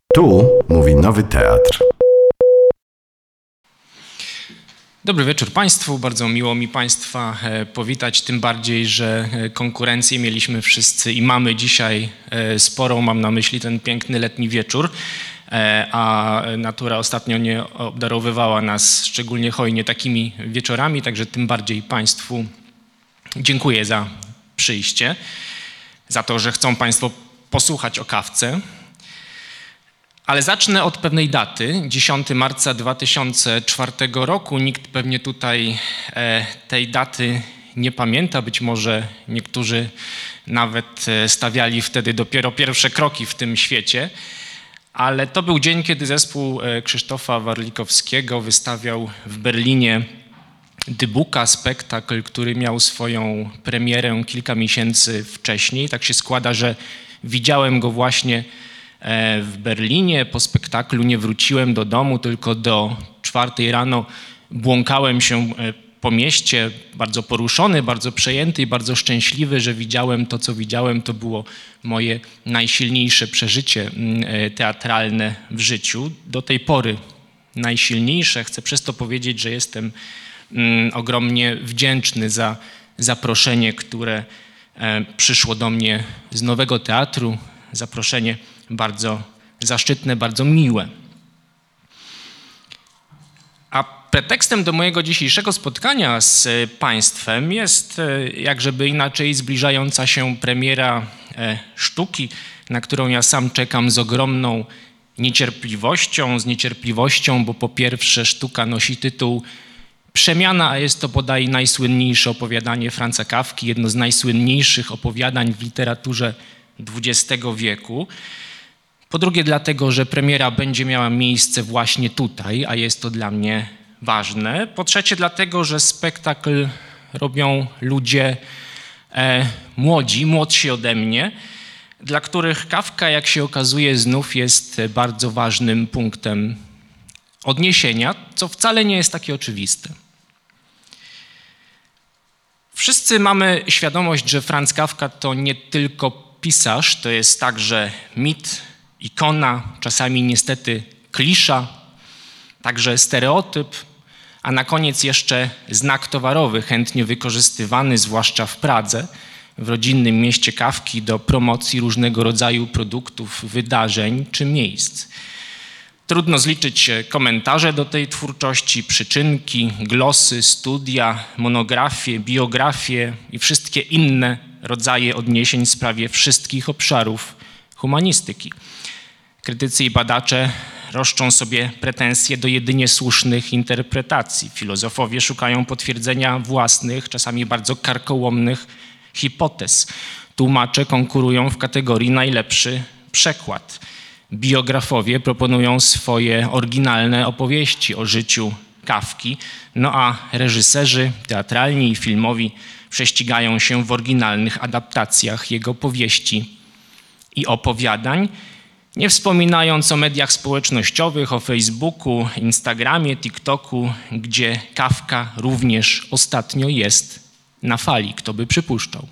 Tu mówi Nowy Teatr. Dobry wieczór Państwu. Bardzo miło mi Państwa powitać, tym bardziej, że konkurencję mieliśmy wszyscy i mamy dzisiaj sporą. Mam na myśli ten piękny letni wieczór, a natura ostatnio nie obdarowywała nas szczególnie hojnie takimi wieczorami, także tym bardziej Państwu dziękuję za przyjście, za to, że chcą Państwo posłuchać o kawce. Ale zacznę od pewnej daty, 10 marca 2004 roku. Nikt pewnie tutaj tej daty nie pamięta, być może niektórzy nawet stawiali wtedy dopiero pierwsze kroki w tym świecie, ale to był dzień, kiedy zespół Krzysztofa Warlikowskiego wystawiał w Berlinie Dybuka, spektakl, który miał swoją premierę kilka miesięcy wcześniej. Tak się składa, że widziałem go właśnie w Berlinie. Po spektaklu nie wróciłem do domu, tylko do 4 rano błąkałem się po mieście, bardzo poruszony, bardzo przejęty i bardzo szczęśliwy, że widziałem to, co widziałem. To było moje najsilniejsze przeżycie teatralne w życiu. Do tej pory najsilniejsze. Chcę przez to powiedzieć, że jestem ogromnie wdzięczny za zaproszenie, które przyszło do mnie z Nowego Teatru. Zaproszenie bardzo zaszczytne, bardzo miłe. A pretekstem do mojego dzisiejszego spotkania z Państwem jest, jakżeby inaczej, zbliżająca się premiera sztuki, na którą ja sam czekam z ogromną niecierpliwością, bo po pierwsze sztuka nosi tytuł Przemiana, a jest to bodaj najsłynniejsze opowiadanie Franza Kafki, jedno z najsłynniejszych opowiadań w literaturze XX wieku. Po drugie dlatego, że premiera będzie miała miejsce właśnie tutaj, a jest to dla mnie ważne. Po trzecie dlatego, że spektakl robią ludzie młodsi ode mnie, dla których Kafka, jak się okazuje, znów jest bardzo ważnym punktem odniesienia, co wcale nie jest takie oczywiste. Wszyscy mamy świadomość, że Franz Kafka to nie tylko pisarz, to jest także mit, ikona, czasami niestety klisza, także stereotyp, a na koniec jeszcze znak towarowy, chętnie wykorzystywany, zwłaszcza w Pradze, w rodzinnym mieście Kafki, do promocji różnego rodzaju produktów, wydarzeń czy miejsc. Trudno zliczyć komentarze do tej twórczości, przyczynki, glosy, studia, monografie, biografie i wszystkie inne rodzaje odniesień z prawie wszystkich obszarów humanistyki. Krytycy i badacze roszczą sobie pretensje do jedynie słusznych interpretacji. Filozofowie szukają potwierdzenia własnych, czasami bardzo karkołomnych hipotez. Tłumacze konkurują w kategorii najlepszy przekład. Biografowie proponują swoje oryginalne opowieści o życiu Kafki, no a reżyserzy teatralni i filmowi prześcigają się w oryginalnych adaptacjach jego powieści i opowiadań, nie wspominając o mediach społecznościowych, o Facebooku, Instagramie, TikToku, gdzie Kafka również ostatnio jest na fali, kto by przypuszczał.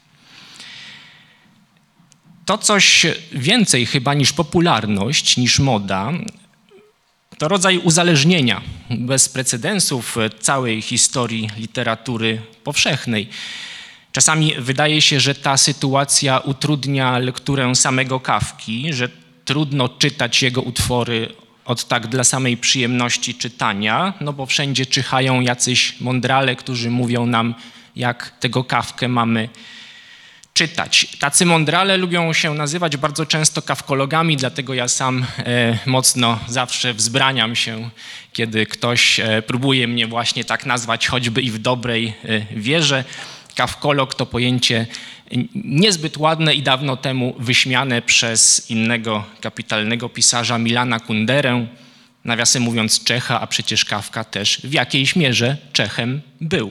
To coś więcej chyba niż popularność, niż moda, to rodzaj uzależnienia bez precedensów w całej historii literatury powszechnej. Czasami wydaje się, że ta sytuacja utrudnia lekturę samego Kafki, że trudno czytać jego utwory od tak dla samej przyjemności czytania, no bo wszędzie czyhają jacyś mądrale, którzy mówią nam, jak tego Kafkę mamy czytać. Tacy mądrale lubią się nazywać bardzo często kafkologami, dlatego ja sam mocno zawsze wzbraniam się, kiedy ktoś próbuje mnie właśnie tak nazwać, choćby i w dobrej wierze. Kafkolog to pojęcie niezbyt ładne i dawno temu wyśmiane przez innego kapitalnego pisarza Milana Kunderę, nawiasem mówiąc Czecha, a przecież Kafka też w jakiejś mierze Czechem był.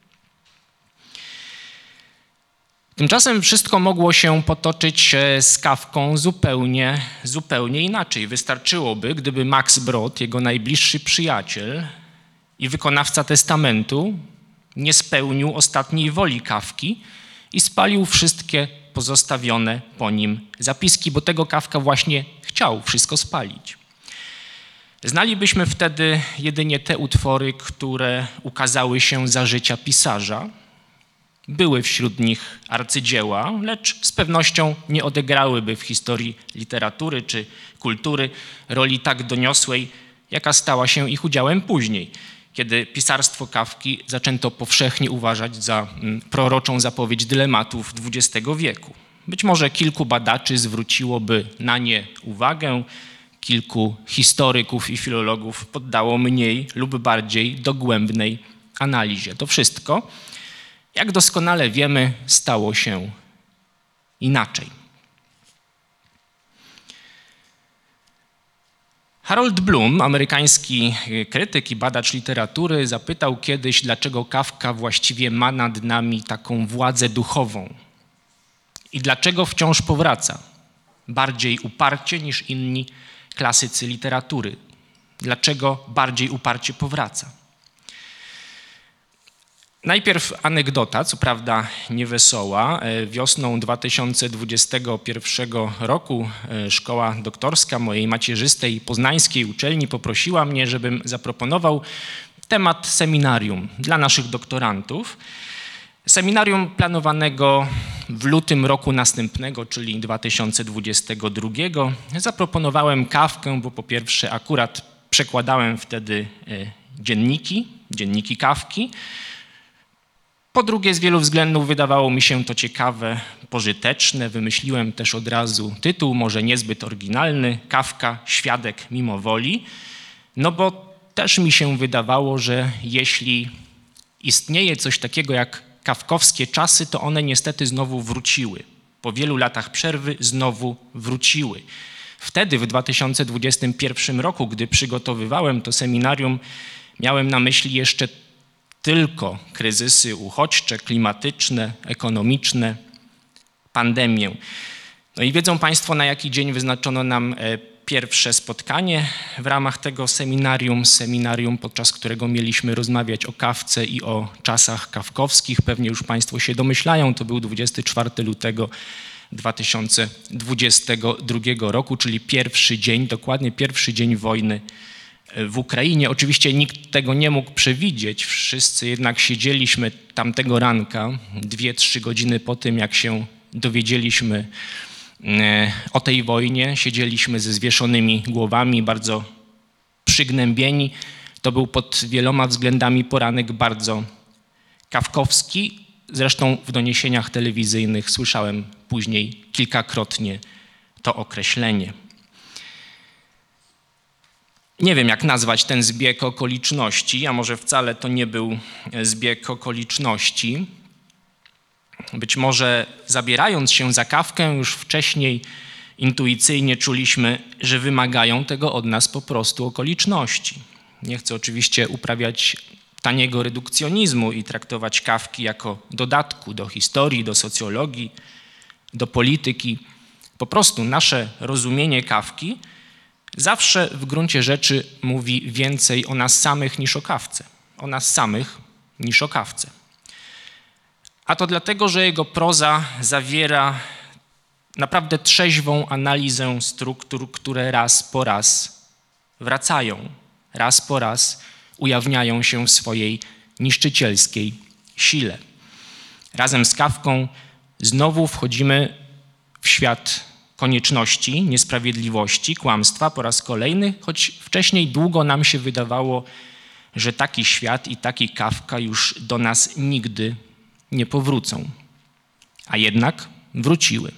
Tymczasem wszystko mogło się potoczyć z Kafką zupełnie inaczej. Wystarczyłoby, gdyby Max Brod, jego najbliższy przyjaciel i wykonawca testamentu, nie spełnił ostatniej woli Kafki i spalił wszystkie pozostawione po nim zapiski, bo tego Kafka właśnie chciał. chciał wszystko spalić. Znalibyśmy wtedy jedynie te utwory, które ukazały się za życia pisarza. Były wśród nich arcydzieła, lecz z pewnością nie odegrałyby w historii literatury czy kultury roli tak doniosłej, jaka stała się ich udziałem później, kiedy pisarstwo Kafki zaczęto powszechnie uważać za proroczą zapowiedź dylematów XX wieku. Być może kilku badaczy zwróciłoby na nie uwagę, kilku historyków i filologów poddało mniej lub bardziej dogłębnej analizie. To wszystko, jak doskonale wiemy, stało się inaczej. Harold Bloom, amerykański krytyk i badacz literatury, zapytał kiedyś, dlaczego Kafka właściwie ma nad nami taką władzę duchową i dlaczego wciąż powraca bardziej uparcie niż inni klasycy literatury. Dlaczego bardziej uparcie powraca? Najpierw anegdota, co prawda niewesoła. Wiosną 2021 roku szkoła doktorska mojej macierzystej poznańskiej uczelni poprosiła mnie, żebym zaproponował temat seminarium dla naszych doktorantów. Seminarium planowanego w lutym roku następnego, czyli 2022. Zaproponowałem Kafkę, bo po pierwsze akurat przekładałem wtedy dzienniki Kafki. Po drugie, z wielu względów wydawało mi się to ciekawe, pożyteczne. Wymyśliłem też od razu tytuł, może niezbyt oryginalny, Kafka, świadek mimowoli. No bo też mi się wydawało, że jeśli istnieje coś takiego jak kafkowskie czasy, to one niestety znowu wróciły. Po wielu latach przerwy znowu wróciły. Wtedy, w 2021 roku, gdy przygotowywałem to seminarium, miałem na myśli jeszcze tylko kryzysy uchodźcze, klimatyczne, ekonomiczne, pandemię. No i wiedzą Państwo, na jaki dzień wyznaczono nam pierwsze spotkanie w ramach tego seminarium, podczas którego mieliśmy rozmawiać o Kafce i o czasach kafkowskich. Pewnie już Państwo się domyślają, to był 24 lutego 2022 roku, czyli pierwszy dzień, dokładnie pierwszy dzień wojny w Ukrainie. Oczywiście nikt tego nie mógł przewidzieć, wszyscy jednak siedzieliśmy tamtego ranka, 2-3 godziny po tym, jak się dowiedzieliśmy o tej wojnie, siedzieliśmy ze zwieszonymi głowami, bardzo przygnębieni. To był pod wieloma względami poranek bardzo kafkowski. Zresztą w doniesieniach telewizyjnych słyszałem później kilkakrotnie to określenie. Nie wiem, jak nazwać ten zbieg okoliczności, a może wcale to nie był zbieg okoliczności. Być może zabierając się za Kafkę już wcześniej intuicyjnie czuliśmy, że wymagają tego od nas po prostu okoliczności. Nie chcę oczywiście uprawiać taniego redukcjonizmu i traktować Kafki jako dodatku do historii, do socjologii, do polityki. Po prostu nasze rozumienie Kafki zawsze w gruncie rzeczy mówi więcej o nas samych niż o Kafce. O nas samych niż o Kafce. A to dlatego, że jego proza zawiera naprawdę trzeźwą analizę struktur, które raz po raz wracają, raz po raz ujawniają się w swojej niszczycielskiej sile. Razem z Kafką znowu wchodzimy w świat konieczności, niesprawiedliwości, kłamstwa po raz kolejny, choć wcześniej długo nam się wydawało, że taki świat i taki Kafka już do nas nigdy nie powrócą. A jednak wróciły.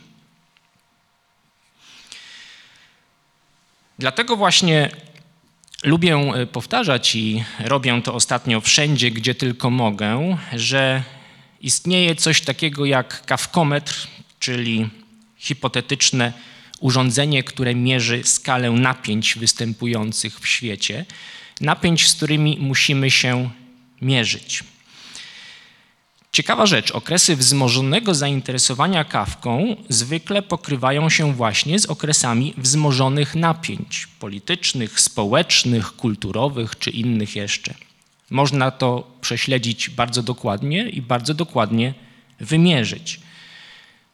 Dlatego właśnie lubię powtarzać i robię to ostatnio wszędzie, gdzie tylko mogę, że istnieje coś takiego jak kafkometr, czyli hipotetyczne urządzenie, które mierzy skalę napięć występujących w świecie, napięć, z którymi musimy się mierzyć. Ciekawa rzecz, okresy wzmożonego zainteresowania Kafką zwykle pokrywają się właśnie z okresami wzmożonych napięć politycznych, społecznych, kulturowych czy innych jeszcze. Można to prześledzić bardzo dokładnie i bardzo dokładnie wymierzyć.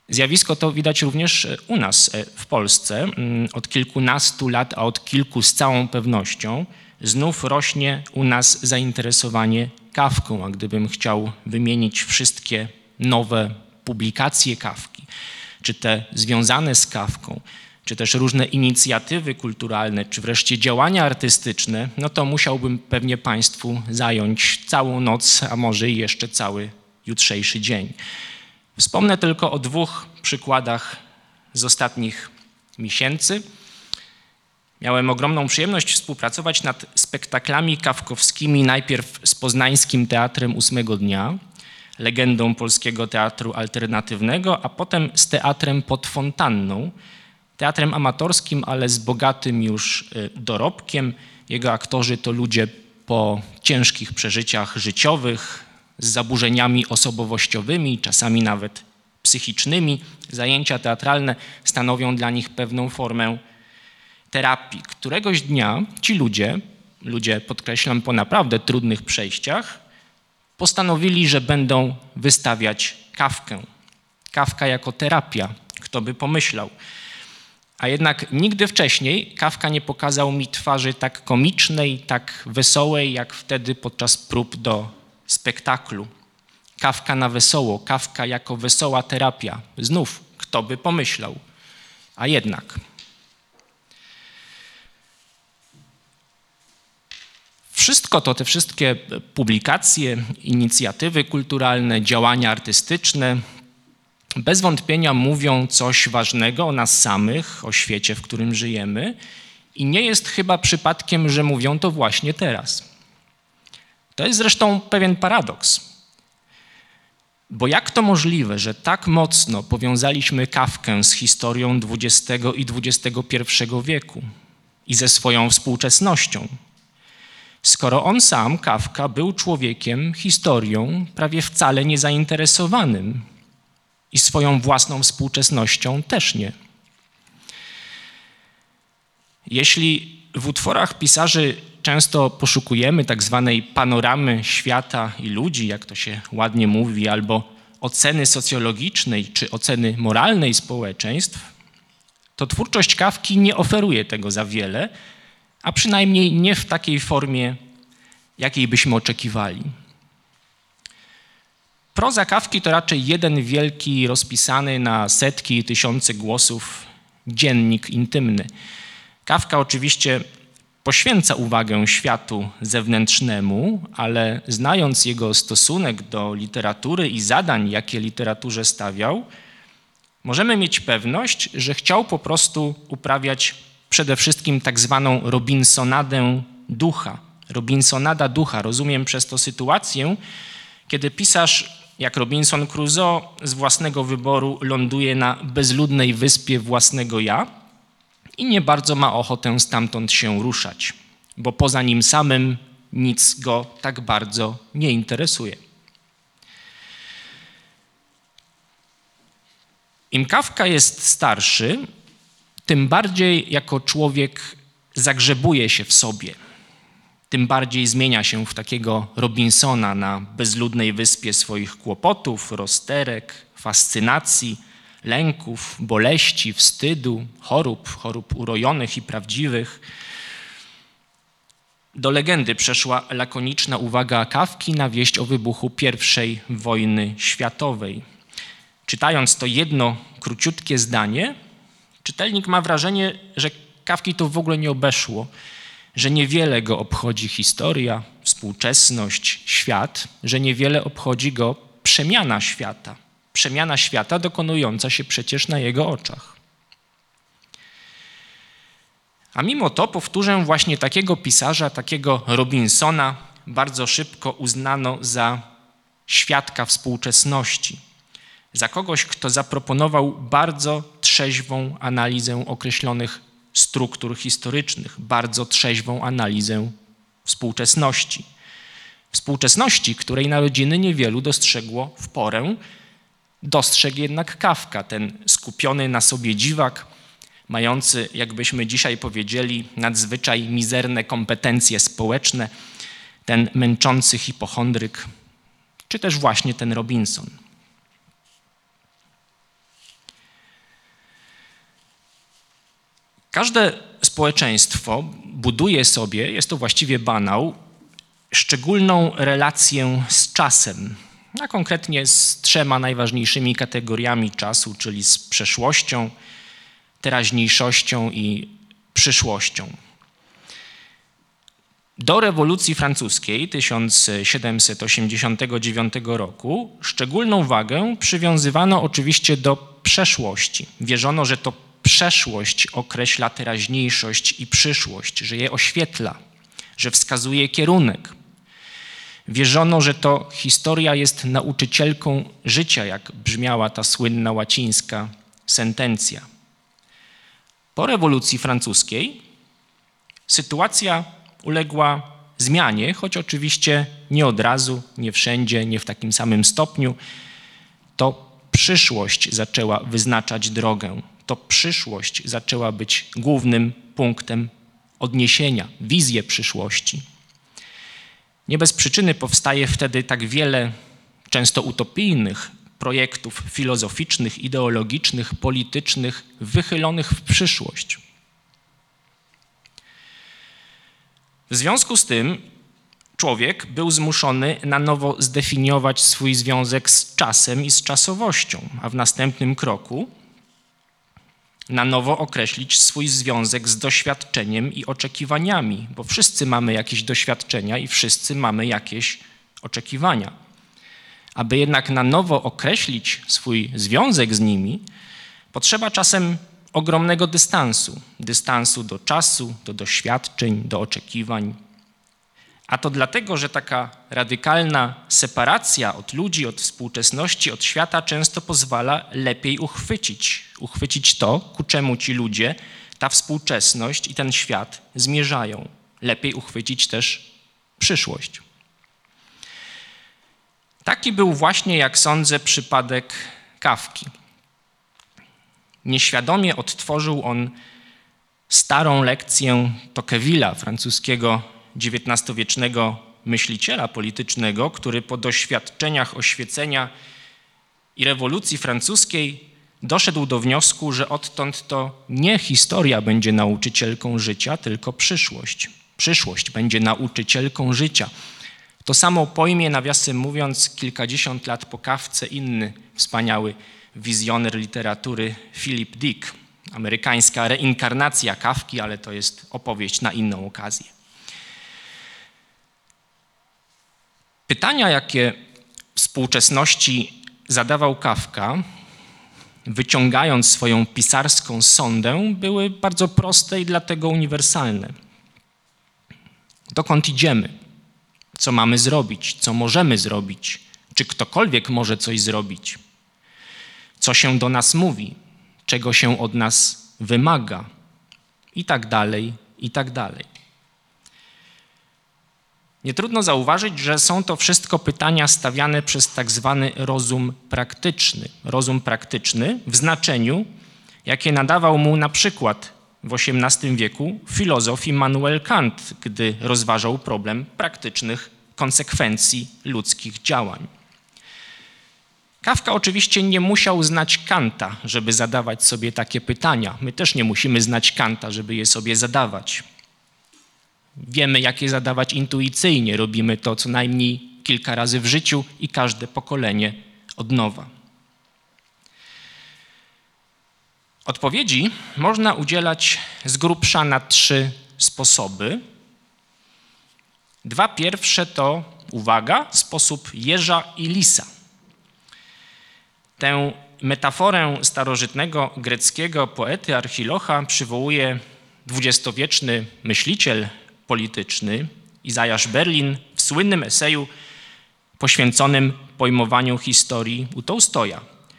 Zjawisko to widać również u nas w Polsce. Od kilkunastu lat, a od kilku z całą pewnością, znów rośnie u nas zainteresowanie Kafką. A gdybym chciał wymienić wszystkie nowe publikacje Kafki, czy te związane z Kafką, czy też różne inicjatywy kulturalne, czy wreszcie działania artystyczne, no to musiałbym pewnie Państwu zająć całą noc, a może i jeszcze cały jutrzejszy dzień. Wspomnę tylko o dwóch przykładach z ostatnich miesięcy. Miałem ogromną przyjemność współpracować nad spektaklami kafkowskimi, najpierw z Poznańskim Teatrem Ósmego Dnia, legendą polskiego teatru alternatywnego, a potem z Teatrem pod Fontanną, teatrem amatorskim, ale z bogatym już dorobkiem. Jego aktorzy to ludzie po ciężkich przeżyciach życiowych, z zaburzeniami osobowościowymi, czasami nawet psychicznymi. Zajęcia teatralne stanowią dla nich pewną formę terapii. Któregoś dnia ci ludzie podkreślam, po naprawdę trudnych przejściach, postanowili, że będą wystawiać Kafkę. Kafka jako terapia, kto by pomyślał. A jednak nigdy wcześniej Kafka nie pokazał mi twarzy tak komicznej, tak wesołej, jak wtedy podczas prób do spektaklu. Kafka na wesoło, Kafka jako wesoła terapia. Znów, kto by pomyślał. A jednak. Wszystko to, te wszystkie publikacje, inicjatywy kulturalne, działania artystyczne bez wątpienia mówią coś ważnego o nas samych, o świecie, w którym żyjemy i nie jest chyba przypadkiem, że mówią to właśnie teraz. To jest zresztą pewien paradoks. Bo jak to możliwe, że tak mocno powiązaliśmy Kafkę z historią XX i XXI wieku i ze swoją współczesnością, skoro on sam, Kafka, był człowiekiem historią prawie wcale niezainteresowanym i swoją własną współczesnością też nie. Jeśli w utworach pisarzy często poszukujemy tak zwanej panoramy świata i ludzi, jak to się ładnie mówi, albo oceny socjologicznej czy oceny moralnej społeczeństw, to twórczość Kafki nie oferuje tego za wiele, a przynajmniej nie w takiej formie, jakiej byśmy oczekiwali. Proza Kafki to raczej jeden wielki, rozpisany na setki i tysiące głosów dziennik intymny. Kafka oczywiście poświęca uwagę światu zewnętrznemu, ale znając jego stosunek do literatury i zadań, jakie literaturze stawiał, możemy mieć pewność, że chciał po prostu uprawiać przede wszystkim tak zwaną Robinsonadę ducha. Robinsonada ducha. Rozumiem przez to sytuację, kiedy pisarz jak Robinson Crusoe z własnego wyboru ląduje na bezludnej wyspie własnego ja i nie bardzo ma ochotę stamtąd się ruszać, bo poza nim samym nic go tak bardzo nie interesuje. Im Kafka jest starszy, tym bardziej jako człowiek zagrzebuje się w sobie, tym bardziej zmienia się w takiego Robinsona na bezludnej wyspie swoich kłopotów, rozterek, fascynacji, lęków, boleści, wstydu, chorób urojonych i prawdziwych. Do legendy przeszła lakoniczna uwaga Kafki na wieść o wybuchu I wojny światowej. Czytając to jedno króciutkie zdanie, czytelnik ma wrażenie, że Kafki to w ogóle nie obeszło, że niewiele go obchodzi historia, współczesność, świat, że niewiele obchodzi go przemiana świata dokonująca się przecież na jego oczach. A mimo to, powtórzę, właśnie takiego pisarza, takiego Robinsona bardzo szybko uznano za świadka współczesności, za kogoś, kto zaproponował bardzo trzeźwą analizę określonych struktur historycznych, bardzo trzeźwą analizę współczesności. Współczesności, której narodziny niewielu dostrzegło w porę, dostrzegł jednak Kafka, ten skupiony na sobie dziwak, mający, jakbyśmy dzisiaj powiedzieli, nadzwyczaj mizerne kompetencje społeczne, ten męczący hipochondryk, czy też właśnie ten Robinson. Każde społeczeństwo buduje sobie, jest to właściwie banał, szczególną relację z czasem, a konkretnie z 3 najważniejszymi kategoriami czasu, czyli z przeszłością, teraźniejszością i przyszłością. Do rewolucji francuskiej 1789 roku szczególną wagę przywiązywano oczywiście do przeszłości. Wierzono, że to przeszłość określa teraźniejszość i przyszłość, że je oświetla, że wskazuje kierunek. Wierzono, że to historia jest nauczycielką życia, jak brzmiała ta słynna łacińska sentencja. Po rewolucji francuskiej sytuacja uległa zmianie, choć oczywiście nie od razu, nie wszędzie, nie w takim samym stopniu. To przyszłość zaczęła wyznaczać drogę. To przyszłość zaczęła być głównym punktem odniesienia, wizję przyszłości. Nie bez przyczyny powstaje wtedy tak wiele często utopijnych projektów filozoficznych, ideologicznych, politycznych, wychylonych w przyszłość. W związku z tym człowiek był zmuszony na nowo zdefiniować swój związek z czasem i z czasowością, a w następnym kroku na nowo określić swój związek z doświadczeniem i oczekiwaniami, bo wszyscy mamy jakieś doświadczenia i wszyscy mamy jakieś oczekiwania. Aby jednak na nowo określić swój związek z nimi, potrzeba czasem ogromnego dystansu do czasu, do doświadczeń, do oczekiwań. A to dlatego, że taka radykalna separacja od ludzi, od współczesności, od świata często pozwala lepiej uchwycić to, ku czemu ci ludzie, ta współczesność i ten świat zmierzają. Lepiej uchwycić też przyszłość. Taki był właśnie, jak sądzę, przypadek Kafki. Nieświadomie odtworzył on starą lekcję Tocqueville'a, francuskiego XIX-wiecznego myśliciela politycznego, który po doświadczeniach oświecenia i rewolucji francuskiej doszedł do wniosku, że odtąd to nie historia będzie nauczycielką życia, tylko przyszłość. Przyszłość będzie nauczycielką życia. To samo pojmie, nawiasem mówiąc, kilkadziesiąt lat po Kafce inny wspaniały wizjoner literatury Philip Dick. Amerykańska reinkarnacja Kafki, ale to jest opowieść na inną okazję. Pytania, jakie współczesności zadawał Kafka, wyciągając swoją pisarską sondę, były bardzo proste i dlatego uniwersalne. Dokąd idziemy? Co mamy zrobić? Co możemy zrobić? Czy ktokolwiek może coś zrobić? Co się do nas mówi? Czego się od nas wymaga? I tak dalej, i tak dalej. Nie trudno zauważyć, że są to wszystko pytania stawiane przez tak zwany rozum praktyczny. Rozum praktyczny w znaczeniu, jakie nadawał mu na przykład w XVIII wieku filozof Immanuel Kant, gdy rozważał problem praktycznych konsekwencji ludzkich działań. Kafka oczywiście nie musiał znać Kanta, żeby zadawać sobie takie pytania. My też nie musimy znać Kanta, żeby je sobie zadawać. Wiemy, jak je zadawać intuicyjnie. Robimy to co najmniej kilka razy w życiu i każde pokolenie od nowa. Odpowiedzi można udzielać z grubsza na 3 sposoby. 2 pierwsze to, uwaga, sposób jeża i lisa. Tę metaforę starożytnego greckiego poety Archilocha przywołuje dwudziestowieczny myśliciel polityczny Izajasz Berlin w słynnym eseju poświęconym pojmowaniu historii u Tołstoja.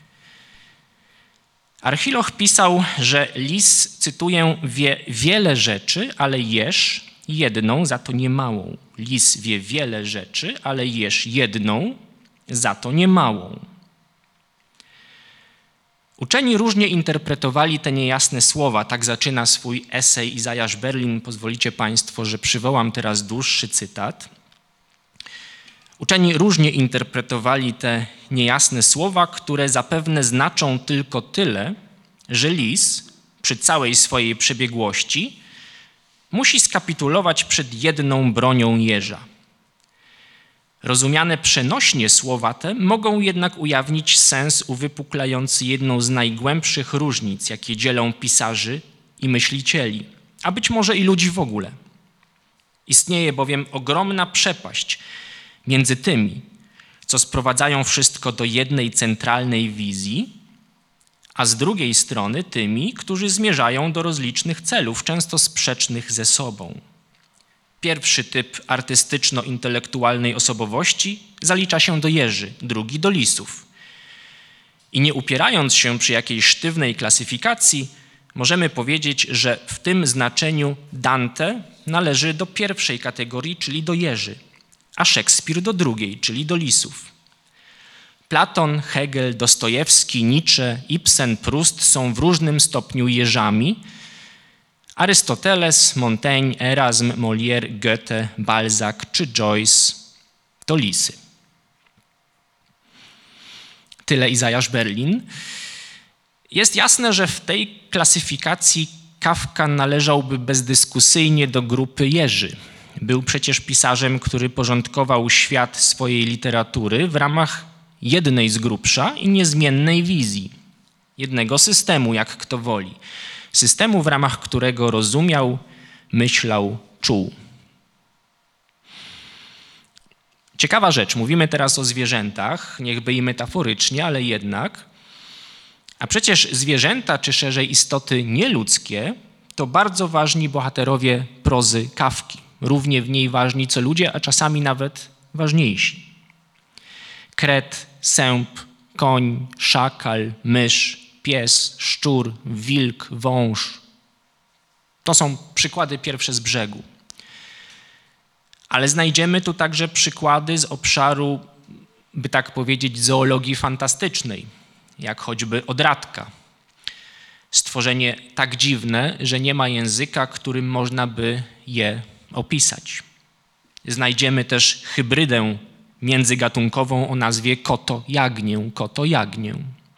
Archiloch pisał, że lis, cytuję, wie wiele rzeczy, ale jesz jedną, za to niemałą. Lis wie wiele rzeczy, ale jesz jedną, za to niemałą. Uczeni różnie interpretowali te niejasne słowa. Tak zaczyna swój esej Izajasz Berlin. Pozwolicie Państwo, że przywołam teraz dłuższy cytat. Uczeni różnie interpretowali te niejasne słowa, które zapewne znaczą tylko tyle, że lis przy całej swojej przebiegłości, musi skapitulować przed jedną bronią jeża. Rozumiane przenośnie słowa te mogą jednak ujawnić sens uwypuklający jedną z najgłębszych różnic, jakie dzielą pisarzy i myślicieli, a być może i ludzi w ogóle. Istnieje bowiem ogromna przepaść między tymi, co sprowadzają wszystko do jednej centralnej wizji, a z drugiej strony tymi, którzy zmierzają do rozlicznych celów, często sprzecznych ze sobą. Pierwszy typ artystyczno-intelektualnej osobowości zalicza się do jeży, drugi do lisów. I nie upierając się przy jakiejś sztywnej klasyfikacji, możemy powiedzieć, że w tym znaczeniu Dante należy do pierwszej kategorii, czyli do jeży, a Szekspir do drugiej, czyli do lisów. Platon, Hegel, Dostojewski, Nietzsche, Ibsen, Proust są w różnym stopniu jeżami. Arystoteles, Montaigne, Erasm, Molière, Goethe, Balzac czy Joyce to lisy. Tyle Izajasz Berlin. Jest jasne, że w tej klasyfikacji Kafka należałby bezdyskusyjnie do grupy jeży. Był przecież pisarzem, który porządkował świat swojej literatury w ramach jednej z grubsza i niezmiennej wizji, jednego systemu, jak kto woli. Systemu, w ramach którego rozumiał, myślał, czuł. Ciekawa rzecz, mówimy teraz o zwierzętach, niechby i metaforycznie, ale jednak. A przecież zwierzęta, czy szerzej istoty nieludzkie, to bardzo ważni bohaterowie prozy Kafki. Równie w niej ważni co ludzie, a czasami nawet ważniejsi. Kret, sęp, koń, szakal, mysz, pies, szczur, wilk, wąż. To są przykłady pierwsze z brzegu. Ale znajdziemy tu także przykłady z obszaru, by tak powiedzieć, zoologii fantastycznej, jak choćby odradka. Stworzenie tak dziwne, że nie ma języka, którym można by je opisać. Znajdziemy też hybrydę międzygatunkową o nazwie koto-jagnię, koto-jagnię.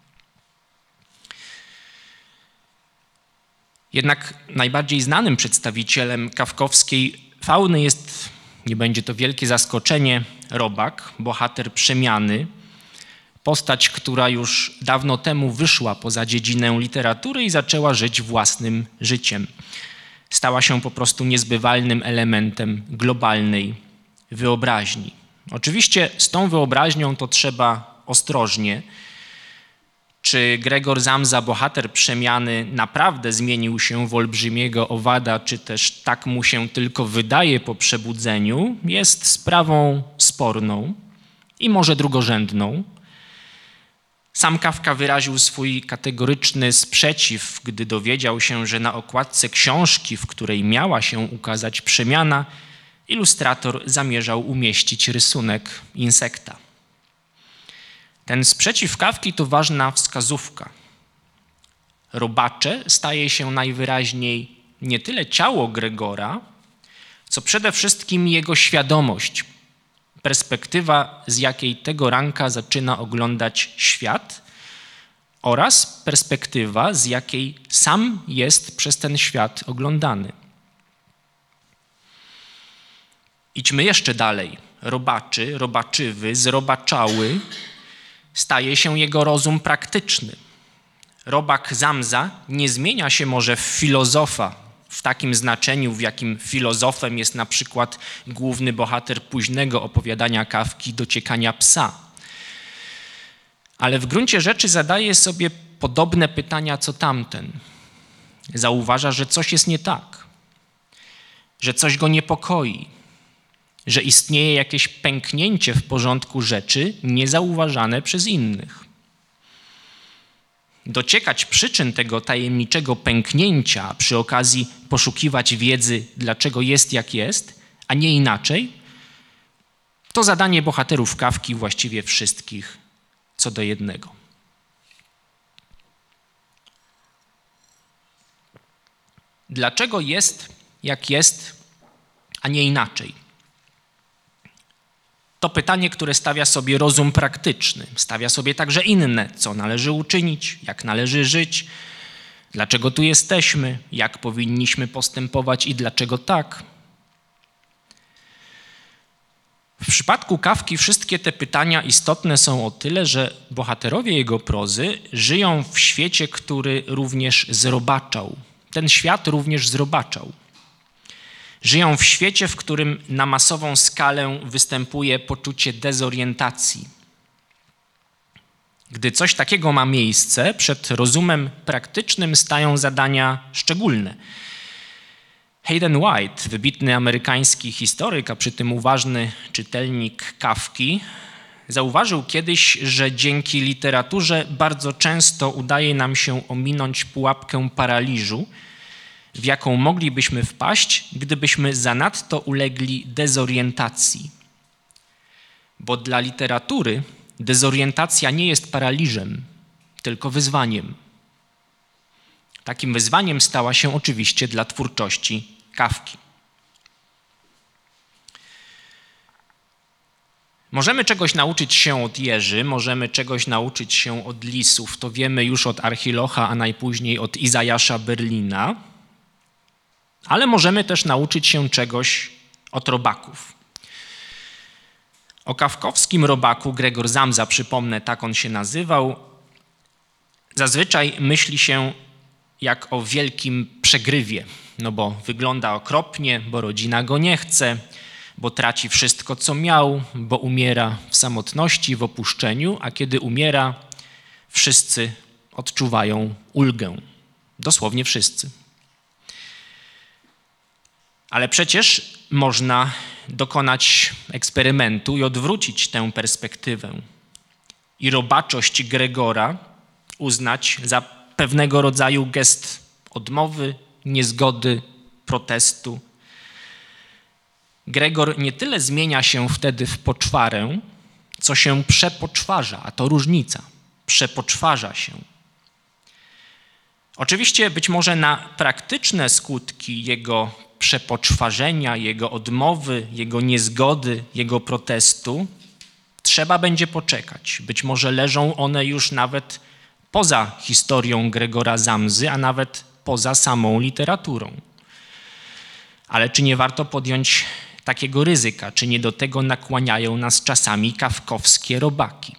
Jednak najbardziej znanym przedstawicielem kafkowskiej fauny jest, nie będzie to wielkie zaskoczenie, robak, bohater Przemiany, postać, która już dawno temu wyszła poza dziedzinę literatury i zaczęła żyć własnym życiem. Stała się po prostu niezbywalnym elementem globalnej wyobraźni. Oczywiście z tą wyobraźnią to trzeba ostrożnie. Czy Gregor Samsa, bohater Przemiany, naprawdę zmienił się w olbrzymiego owada, czy też tak mu się tylko wydaje po przebudzeniu, jest sprawą sporną i może drugorzędną. Sam Kafka wyraził swój kategoryczny sprzeciw, gdy dowiedział się, że na okładce książki, w której miała się ukazać Przemiana, ilustrator zamierzał umieścić rysunek insekta. Ten sprzeciw Kafki to ważna wskazówka. Robacze staje się najwyraźniej nie tyle ciało Gregora, co przede wszystkim jego świadomość, perspektywa, z jakiej tego ranka zaczyna oglądać świat oraz perspektywa, z jakiej sam jest przez ten świat oglądany. Idźmy jeszcze dalej. Robaczy, robaczywy, zrobaczały staje się jego rozum praktyczny. Robak Samsa nie zmienia się może w filozofa w takim znaczeniu, w jakim filozofem jest na przykład główny bohater późnego opowiadania Kafki Dociekania psa. Ale w gruncie rzeczy zadaje sobie podobne pytania co tamten. Zauważa, że coś jest nie tak, że coś go niepokoi, że istnieje jakieś pęknięcie w porządku rzeczy niezauważane przez innych. Dociekać przyczyn tego tajemniczego pęknięcia, a przy okazji poszukiwać wiedzy, dlaczego jest jak jest, a nie inaczej, to zadanie bohaterów Kafki właściwie wszystkich co do jednego. Dlaczego jest jak jest, a nie inaczej? To pytanie, które stawia sobie rozum praktyczny, stawia sobie także inne, co należy uczynić, jak należy żyć, Dlaczego tu jesteśmy? Jak powinniśmy postępować i dlaczego tak? W przypadku Kafki wszystkie te pytania istotne są o tyle, że bohaterowie jego prozy żyją w świecie, który również zrobaczał. Ten świat również zrobaczał. Żyją w świecie, w którym na masową skalę występuje poczucie dezorientacji. Gdy coś takiego ma miejsce, przed rozumem praktycznym stają zadania szczególne. Hayden White, wybitny amerykański historyk, a przy tym uważny czytelnik Kafki, zauważył kiedyś, że dzięki literaturze bardzo często udaje nam się ominąć pułapkę paraliżu, w jaką moglibyśmy wpaść, gdybyśmy zanadto ulegli dezorientacji. Bo dla literatury dezorientacja nie jest paraliżem, tylko wyzwaniem. Takim wyzwaniem stała się oczywiście dla twórczości Kafki. Możemy czegoś nauczyć się od jeży, możemy czegoś nauczyć się od lisów, to wiemy już od Archilocha, a najpóźniej od Izajasza Berlina, ale możemy też nauczyć się czegoś od robaków. O kafkowskim robaku, Gregor Samsa, przypomnę, tak on się nazywał, zazwyczaj myśli się jak o wielkim przegrywie, no bo wygląda okropnie, bo rodzina go nie chce, bo traci wszystko, co miał, bo umiera w samotności, w opuszczeniu, a kiedy umiera, wszyscy odczuwają ulgę. Dosłownie wszyscy. Ale przecież można dokonać eksperymentu i odwrócić tę perspektywę i robaczość Gregora uznać za pewnego rodzaju gest odmowy, niezgody, protestu. Gregor nie tyle zmienia się wtedy w poczwarę, co się przepoczwarza, a to różnica. Przepoczwarza się. Oczywiście być może na praktyczne skutki jego przepoczwarzenia, jego odmowy, jego niezgody, jego protestu trzeba będzie poczekać. Być może leżą one już nawet poza historią Gregora Samsy, a nawet poza samą literaturą. Ale czy nie warto podjąć takiego ryzyka? Czy nie do tego nakłaniają nas czasami kafkowskie robaki?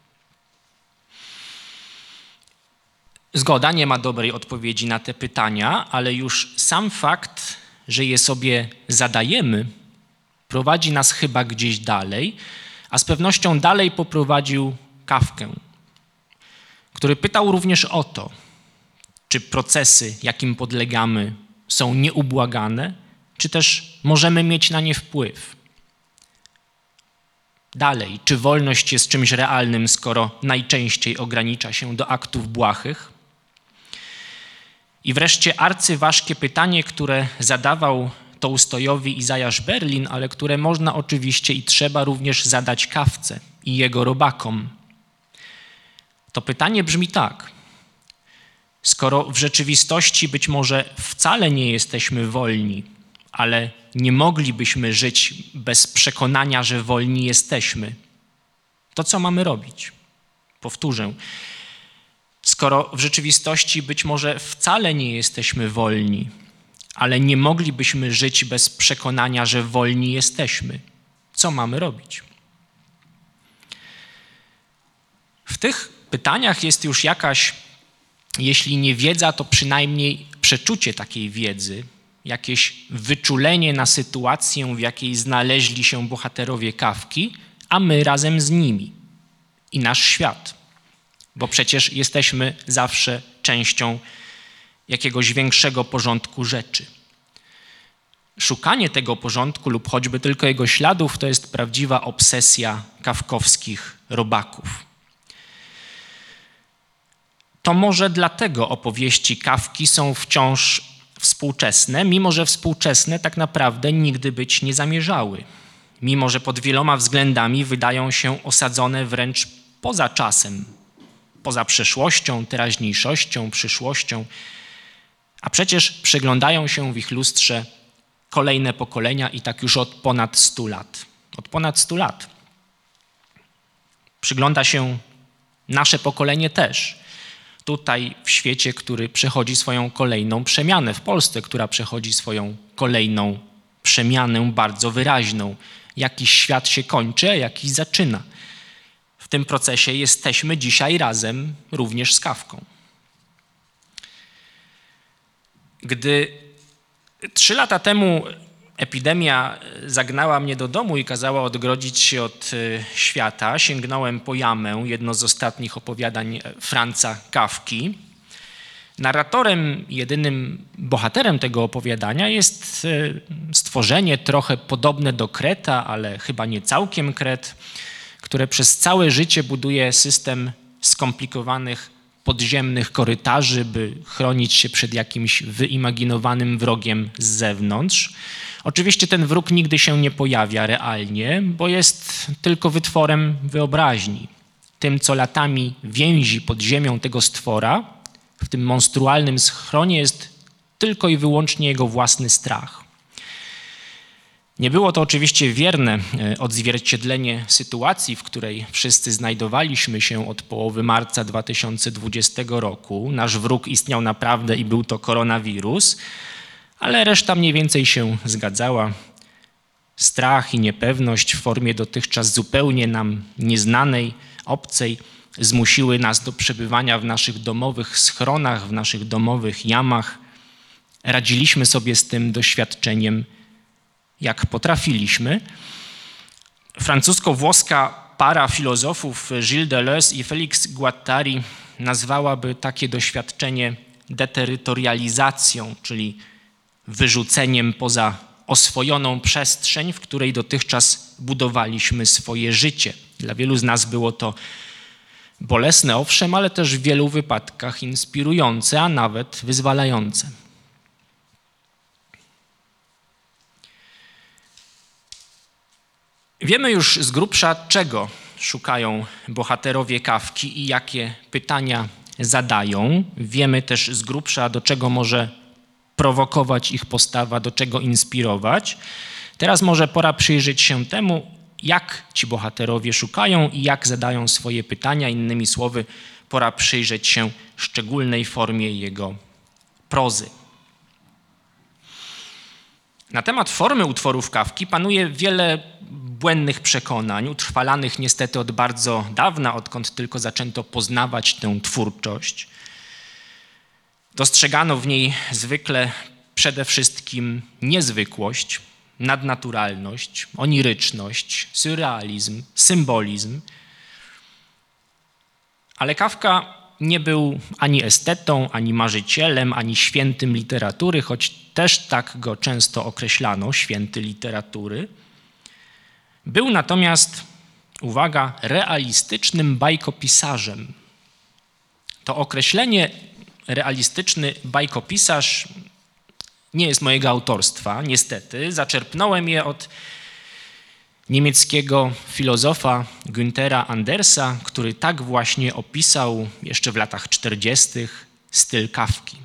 Zgoda, nie ma dobrej odpowiedzi na te pytania, ale już sam fakt, że je sobie zadajemy, prowadzi nas chyba gdzieś dalej, a z pewnością dalej poprowadził Kafkę, który pytał również o to, czy procesy, jakim podlegamy, są nieubłagane, czy też możemy mieć na nie wpływ. Dalej, czy wolność jest czymś realnym, skoro najczęściej ogranicza się do aktów błahych? I wreszcie arcyważkie pytanie, które zadawał Tołstojowi Izajasz Berlin, ale które można oczywiście i trzeba również zadać Kafce i jego robakom. To pytanie brzmi tak: skoro w rzeczywistości być może wcale nie jesteśmy wolni, ale nie moglibyśmy żyć bez przekonania, że wolni jesteśmy, to co mamy robić? Powtórzę. Skoro w rzeczywistości być może wcale nie jesteśmy wolni, ale nie moglibyśmy żyć bez przekonania, że wolni jesteśmy, co mamy robić? W tych pytaniach jest już jakaś, jeśli nie wiedza, to przynajmniej przeczucie takiej wiedzy, jakieś wyczulenie na sytuację, w jakiej znaleźli się bohaterowie Kafki, a my razem z nimi i nasz świat. Bo przecież jesteśmy zawsze częścią jakiegoś większego porządku rzeczy. Szukanie tego porządku lub choćby tylko jego śladów to jest prawdziwa obsesja kafkowskich robaków. To może dlatego opowieści Kafki są wciąż współczesne, mimo że współczesne tak naprawdę nigdy być nie zamierzały. Mimo że pod wieloma względami wydają się osadzone wręcz poza czasem, poza przeszłością, teraźniejszością, przyszłością, a przecież przeglądają się w ich lustrze kolejne pokolenia i tak już od ponad 100 lat. Od ponad 100 lat. Przygląda się nasze pokolenie też. tutaj w świecie, który przechodzi swoją kolejną przemianę, w Polsce, która przechodzi swoją kolejną przemianę bardzo wyraźną. Jakiś świat się kończy, a jakiś zaczyna. W tym procesie jesteśmy dzisiaj razem również z Kafką. Gdy 3 lata temu epidemia zagnała mnie do domu i kazała odgrodzić się od świata, sięgnąłem po Jamę, jedno z ostatnich opowiadań Franza Kafki. Narratorem, jedynym bohaterem tego opowiadania jest stworzenie trochę podobne do kreta, ale chyba nie całkiem kret, które przez całe życie buduje system skomplikowanych podziemnych korytarzy, by chronić się przed jakimś wyimaginowanym wrogiem z zewnątrz. Oczywiście ten wróg nigdy się nie pojawia realnie, bo jest tylko wytworem wyobraźni. Tym, co latami więzi pod ziemią tego stwora, w tym monstrualnym schronie, jest tylko i wyłącznie jego własny strach. Nie było to oczywiście wierne odzwierciedlenie sytuacji, w której wszyscy znajdowaliśmy się od połowy marca 2020 roku. Nasz wróg istniał naprawdę i był to koronawirus, ale reszta mniej więcej się zgadzała. Strach i niepewność w formie dotychczas zupełnie nam nieznanej, obcej, zmusiły nas do przebywania w naszych domowych schronach, w naszych domowych jamach. Radziliśmy sobie z tym doświadczeniem jak potrafiliśmy. Francusko-włoska para filozofów Gilles Deleuze i Félix Guattari nazwałaby takie doświadczenie deterytorializacją, czyli wyrzuceniem poza oswojoną przestrzeń, w której dotychczas budowaliśmy swoje życie. Dla wielu z nas było to bolesne, owszem, ale też w wielu wypadkach inspirujące, a nawet wyzwalające. Wiemy już z grubsza, czego szukają bohaterowie Kafki i jakie pytania zadają. Wiemy też z grubsza, do czego może prowokować ich postawa, do czego inspirować. Teraz może pora przyjrzeć się temu, jak ci bohaterowie szukają i jak zadają swoje pytania. Innymi słowy, pora przyjrzeć się szczególnej formie jego prozy. Na temat formy utworów Kafki panuje wiele błędnych przekonań, utrwalanych niestety od bardzo dawna, odkąd tylko zaczęto poznawać tę twórczość. Dostrzegano w niej zwykle przede wszystkim niezwykłość, nadnaturalność, oniryczność, surrealizm, symbolizm. Ale Kafka nie był ani estetą, ani marzycielem, ani świętym literatury, choć też tak go często określano, święty literatury. Był natomiast, uwaga, realistycznym bajkopisarzem. To określenie realistyczny bajkopisarz nie jest mojego autorstwa, niestety. Zaczerpnąłem je od niemieckiego filozofa Günthera Andersa, który tak właśnie opisał jeszcze w latach 40. styl Kafki.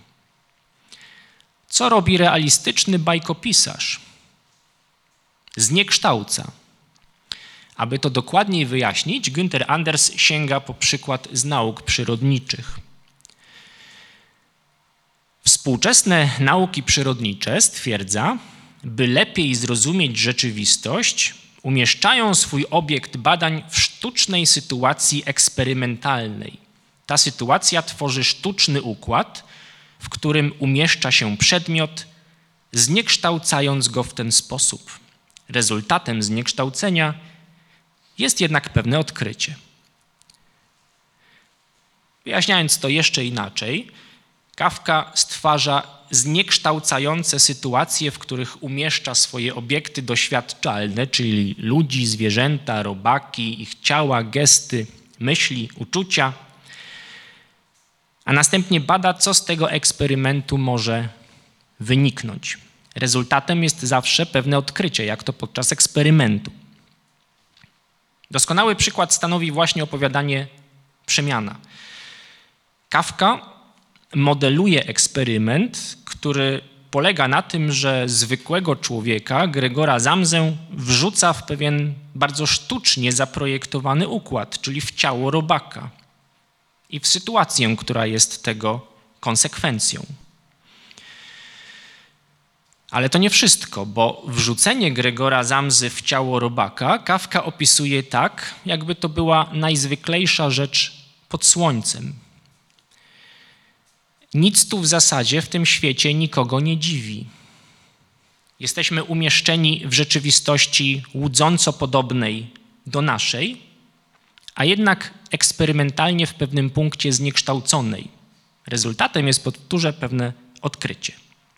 Co robi realistyczny bajkopisarz? Zniekształca. Aby to dokładniej wyjaśnić, Günther Anders sięga po przykład z nauk przyrodniczych. Współczesne nauki przyrodnicze, stwierdza, by lepiej zrozumieć rzeczywistość, umieszczają swój obiekt badań w sztucznej sytuacji eksperymentalnej. Ta sytuacja tworzy sztuczny układ, w którym umieszcza się przedmiot, zniekształcając go w ten sposób. Rezultatem zniekształcenia jest jednak pewne odkrycie. Wyjaśniając to jeszcze inaczej, Kafka stwarza zniekształcające sytuacje, w których umieszcza swoje obiekty doświadczalne, czyli ludzi, zwierzęta, robaki, ich ciała, gesty, myśli, uczucia, a następnie bada, co z tego eksperymentu może wyniknąć. Rezultatem jest zawsze pewne odkrycie, jak to podczas eksperymentu. Doskonały przykład stanowi właśnie opowiadanie Przemiana. Kafka modeluje eksperyment, który polega na tym, że zwykłego człowieka, Gregora Samsę, wrzuca w pewien bardzo sztucznie zaprojektowany układ, czyli w ciało robaka. i w sytuację, która jest tego konsekwencją. Ale to nie wszystko, bo wrzucenie Gregora Samsy w ciało robaka Kafka opisuje tak, jakby to była najzwyklejsza rzecz pod słońcem. Nic tu w zasadzie w tym świecie nikogo nie dziwi. Jesteśmy umieszczeni w rzeczywistości łudząco podobnej do naszej, a jednak eksperymentalnie w pewnym punkcie zniekształconej. Rezultatem jest, powtórzę, pewne odkrycie.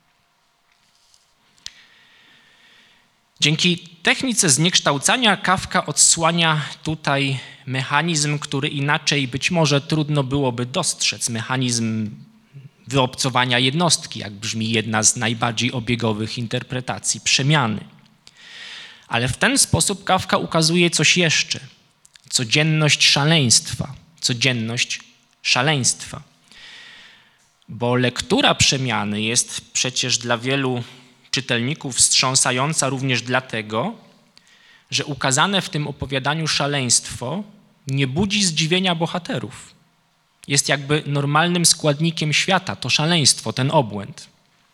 Dzięki technice zniekształcania Kafka odsłania tutaj mechanizm, który inaczej być może trudno byłoby dostrzec. Mechanizm wyobcowania jednostki, jak brzmi jedna z najbardziej obiegowych interpretacji przemiany. Ale w ten sposób Kafka ukazuje coś jeszcze. Codzienność szaleństwa. Bo lektura przemiany jest przecież dla wielu czytelników wstrząsająca również dlatego, że ukazane w tym opowiadaniu szaleństwo nie budzi zdziwienia bohaterów. Jest jakby normalnym składnikiem świata, to szaleństwo, ten obłęd.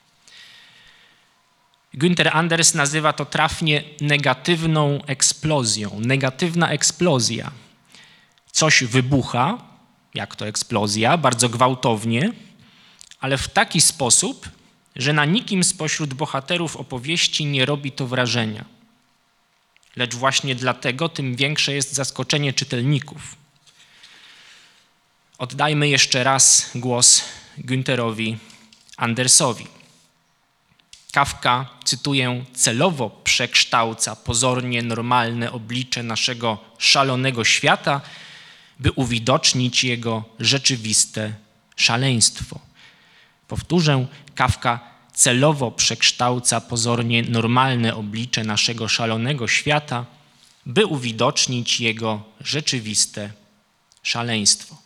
Günther Anders nazywa to trafnie negatywną eksplozją. Negatywna eksplozja. Coś wybucha, jak to eksplozja, bardzo gwałtownie, ale w taki sposób, że na nikim spośród bohaterów opowieści nie robi to wrażenia. Lecz właśnie dlatego tym większe jest zaskoczenie czytelników. Oddajmy jeszcze raz głos Güntherowi Andersowi. Kafka, cytuję, celowo przekształca pozornie normalne oblicze naszego szalonego świata, by uwidocznić jego rzeczywiste szaleństwo. Powtórzę, Kafka celowo przekształca pozornie normalne oblicze naszego szalonego świata, by uwidocznić jego rzeczywiste szaleństwo.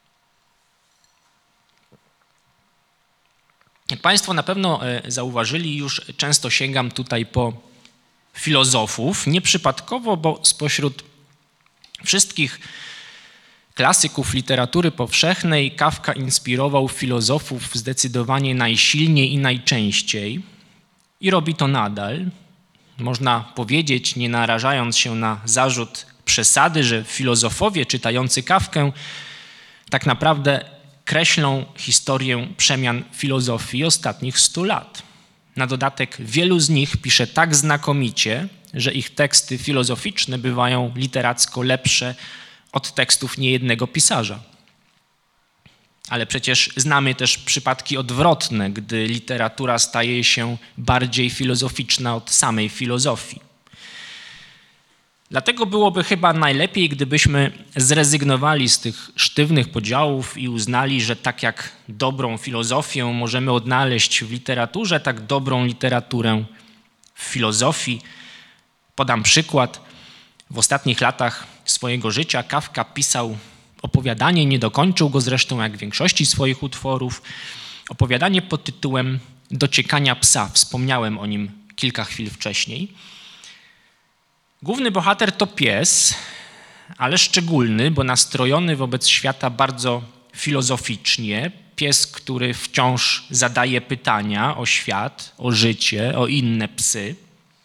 Jak Państwo na pewno zauważyli, już często sięgam tutaj po filozofów, nieprzypadkowo, bo spośród wszystkich klasyków literatury powszechnej Kafka inspirował filozofów zdecydowanie najsilniej i najczęściej i robi to nadal. Można powiedzieć, nie narażając się na zarzut przesady, że filozofowie czytający Kafkę tak naprawdę kreślą historię przemian filozofii ostatnich 100 lat. Na dodatek wielu z nich pisze tak znakomicie, że ich teksty filozoficzne bywają literacko lepsze od tekstów niejednego pisarza. Ale przecież znamy też przypadki odwrotne, gdy literatura staje się bardziej filozoficzna od samej filozofii. Dlatego byłoby chyba najlepiej, gdybyśmy zrezygnowali z tych sztywnych podziałów i uznali, że tak jak dobrą filozofię możemy odnaleźć w literaturze, tak dobrą literaturę w filozofii. Podam przykład. W ostatnich latach swojego życia Kafka pisał opowiadanie, nie dokończył go zresztą jak większości swoich utworów. Opowiadanie pod tytułem Dociekania psa. Wspomniałem o nim kilka chwil wcześniej. Główny bohater to pies, ale szczególny, bo nastrojony wobec świata bardzo filozoficznie. Pies, który wciąż zadaje pytania o świat, o życie, o inne psy.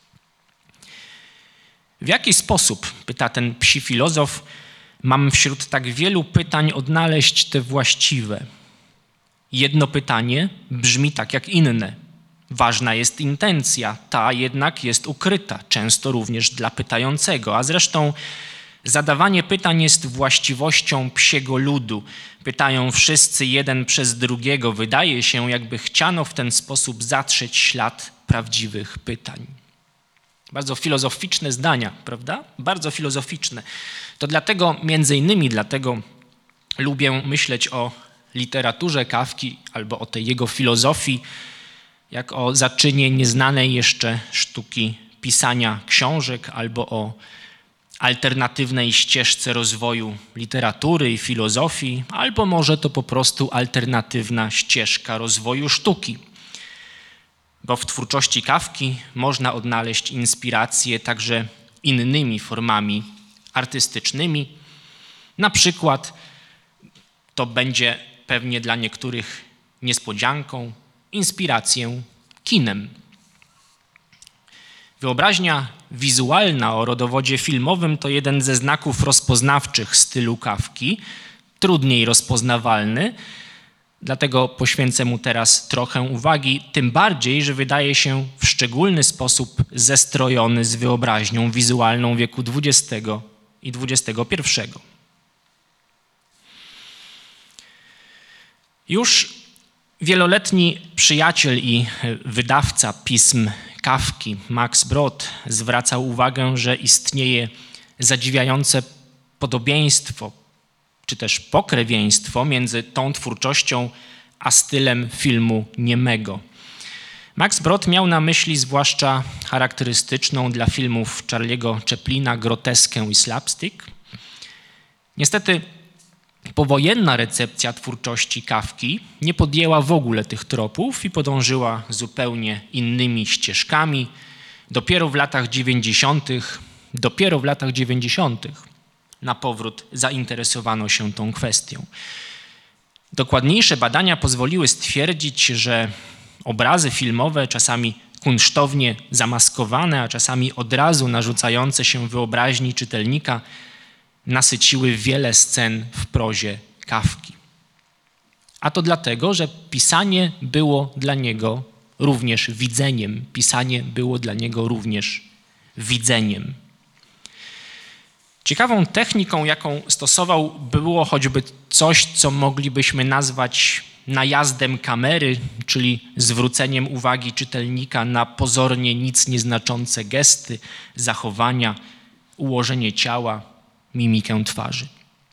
W jaki sposób, pyta ten psi filozof, mam wśród tak wielu pytań odnaleźć te właściwe? Jedno pytanie brzmi tak jak inne. Ważna jest intencja, ta jednak jest ukryta, często również dla pytającego, a zresztą zadawanie pytań jest właściwością psiego ludu. Pytają wszyscy jeden przez drugiego. Wydaje się, jakby chciano w ten sposób zatrzeć ślad prawdziwych pytań. Bardzo filozoficzne zdania, prawda? Bardzo filozoficzne. To dlatego, między innymi dlatego lubię myśleć o literaturze Kafki albo o tej jego filozofii, jak o zaczynie nieznanej jeszcze sztuki pisania książek albo o alternatywnej ścieżce rozwoju literatury i filozofii, albo może to po prostu alternatywna ścieżka rozwoju sztuki. Bo w twórczości Kafki można odnaleźć inspirację także innymi formami artystycznymi. Na przykład to będzie pewnie dla niektórych niespodzianką, inspirację kinem. Wyobraźnia wizualna o rodowodzie filmowym to jeden ze znaków rozpoznawczych stylu Kafki, trudniej rozpoznawalny, dlatego poświęcę mu teraz trochę uwagi, tym bardziej, że wydaje się w szczególny sposób zestrojony z wyobraźnią wizualną wieku XX i XXI. Już wieloletni przyjaciel i wydawca pism Kafki, Max Brod, zwracał uwagę, że istnieje zadziwiające podobieństwo, czy też pokrewieństwo między tą twórczością a stylem filmu niemego. Max Brod miał na myśli zwłaszcza charakterystyczną dla filmów Charlie'ego Chaplina groteskę i slapstick. Niestety powojenna recepcja twórczości Kafki nie podjęła w ogóle tych tropów i podążyła zupełnie innymi ścieżkami. Dopiero w latach 90. na powrót zainteresowano się tą kwestią. Dokładniejsze badania pozwoliły stwierdzić, że obrazy filmowe, czasami kunsztownie zamaskowane, a czasami od razu narzucające się wyobraźni czytelnika, nasyciły wiele scen w prozie Kafki. A to dlatego, że pisanie było dla niego również widzeniem. Pisanie było dla niego również widzeniem. Ciekawą techniką, jaką stosował, było choćby coś, co moglibyśmy nazwać najazdem kamery, czyli zwróceniem uwagi czytelnika na pozornie nic nieznaczące gesty, zachowania, ułożenie ciała, mimikę twarzy.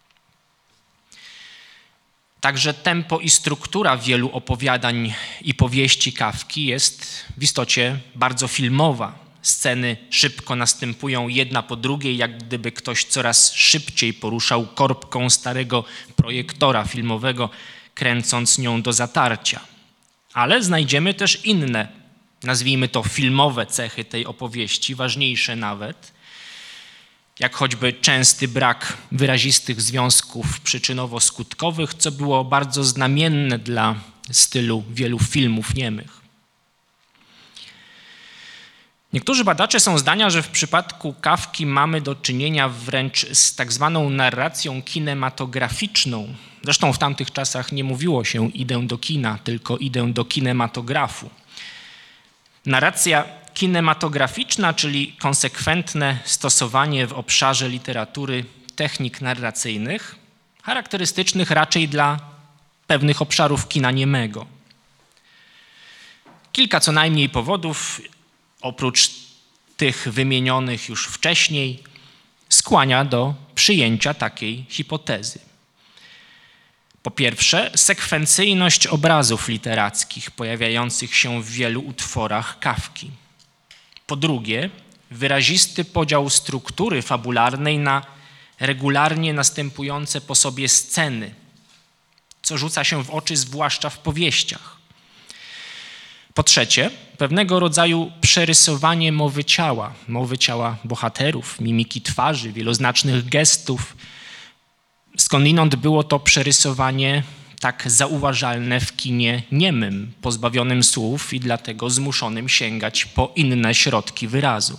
Także tempo i struktura wielu opowiadań i powieści Kafki jest w istocie bardzo filmowa. Sceny szybko następują jedna po drugiej, jak gdyby ktoś coraz szybciej poruszał korbką starego projektora filmowego, kręcąc nią do zatarcia. Ale znajdziemy też inne, nazwijmy to filmowe cechy tej opowieści, ważniejsze nawet, jak choćby częsty brak wyrazistych związków przyczynowo-skutkowych, co było bardzo znamienne dla stylu wielu filmów niemych. Niektórzy badacze są zdania, że w przypadku Kafki mamy do czynienia wręcz z tak zwaną narracją kinematograficzną. Zresztą w tamtych czasach nie mówiło się idę do kina, tylko idę do kinematografu. Narracja kinematograficzna, czyli konsekwentne stosowanie w obszarze literatury technik narracyjnych, charakterystycznych raczej dla pewnych obszarów kina niemego. Kilka co najmniej powodów, oprócz tych wymienionych już wcześniej, skłania do przyjęcia takiej hipotezy. Po pierwsze, sekwencyjność obrazów literackich pojawiających się w wielu utworach Kafki. Po drugie, wyrazisty podział struktury fabularnej na regularnie następujące po sobie sceny, co rzuca się w oczy zwłaszcza w powieściach. Po trzecie, pewnego rodzaju przerysowanie mowy ciała bohaterów, mimiki twarzy, wieloznacznych gestów. Skądinąd było to przerysowanie tak zauważalne w kinie niemym, pozbawionym słów i dlatego zmuszonym sięgać po inne środki wyrazu.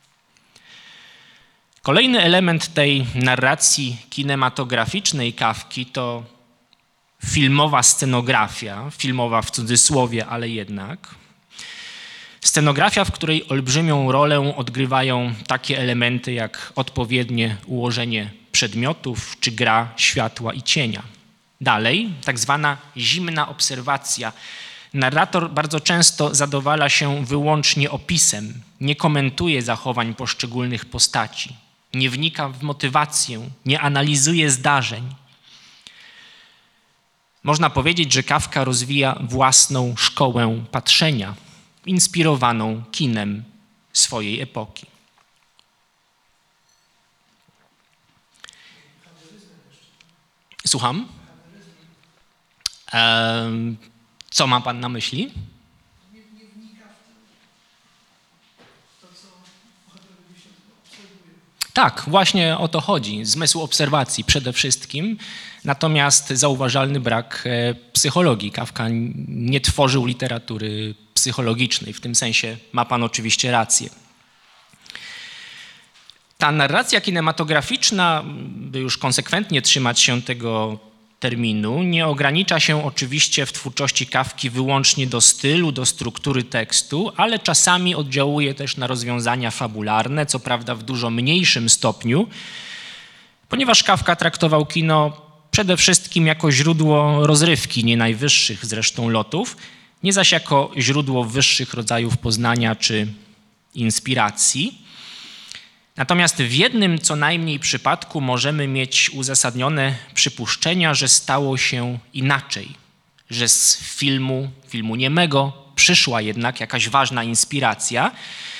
Kolejny element tej narracji kinematograficznej Kafki to filmowa scenografia, filmowa w cudzysłowie, ale jednak. Scenografia, w której olbrzymią rolę odgrywają takie elementy jak odpowiednie ułożenie przedmiotów czy gra światła i cienia. Dalej, tak zwana zimna obserwacja. Narrator bardzo często zadowala się wyłącznie opisem, nie komentuje zachowań poszczególnych postaci, nie wnika w motywację, nie analizuje zdarzeń. Można powiedzieć, że Kafka rozwija własną szkołę patrzenia, inspirowaną kinem swojej epoki. Słucham? Co ma pan na myśli? Nie wnika w to, co bohaterowie się obserwuje. Tak, właśnie o to chodzi. Zmysł obserwacji przede wszystkim, natomiast zauważalny brak psychologii. Kafka nie tworzył literatury psychologicznej. W tym sensie ma pan oczywiście rację. Ta narracja kinematograficzna, by już konsekwentnie trzymać się tego terminu, nie ogranicza się oczywiście w twórczości Kafki wyłącznie do stylu, do struktury tekstu, ale czasami oddziałuje też na rozwiązania fabularne, co prawda w dużo mniejszym stopniu, ponieważ Kafka traktował kino przede wszystkim jako źródło rozrywki, nie najwyższych zresztą lotów, nie zaś jako źródło wyższych rodzajów poznania czy inspiracji. Natomiast w jednym co najmniej przypadku możemy mieć uzasadnione przypuszczenia, że stało się inaczej, że z filmu niemego przyszła jednak jakaś ważna inspiracja.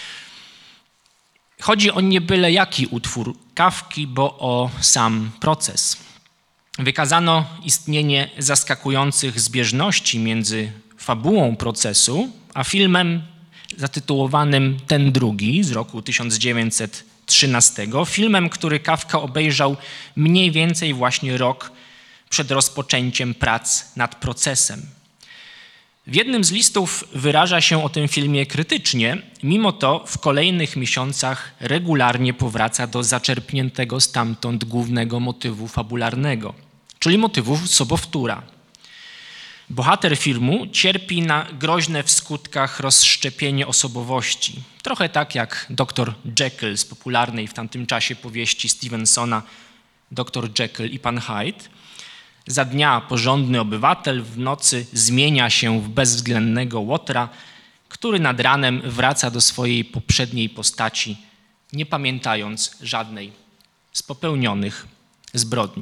Chodzi o nie byle jaki utwór Kafki, bo o sam proces. Wykazano istnienie zaskakujących zbieżności między fabułą procesu a filmem zatytułowanym Ten drugi z roku 1913, filmem, który Kafka obejrzał mniej więcej właśnie rok przed rozpoczęciem prac nad procesem. W jednym z listów wyraża się o tym filmie krytycznie, mimo to w kolejnych miesiącach regularnie powraca do zaczerpniętego stamtąd głównego motywu fabularnego, czyli motywu sobowtóra. Bohater filmu cierpi na groźne w skutkach rozszczepienie osobowości. Trochę tak jak dr Jekyll z popularnej w tamtym czasie powieści Stevensona Dr Jekyll i pan Hyde. Za dnia porządny obywatel, w nocy zmienia się w bezwzględnego łotra, który nad ranem wraca do swojej poprzedniej postaci, nie pamiętając żadnej z popełnionych zbrodni.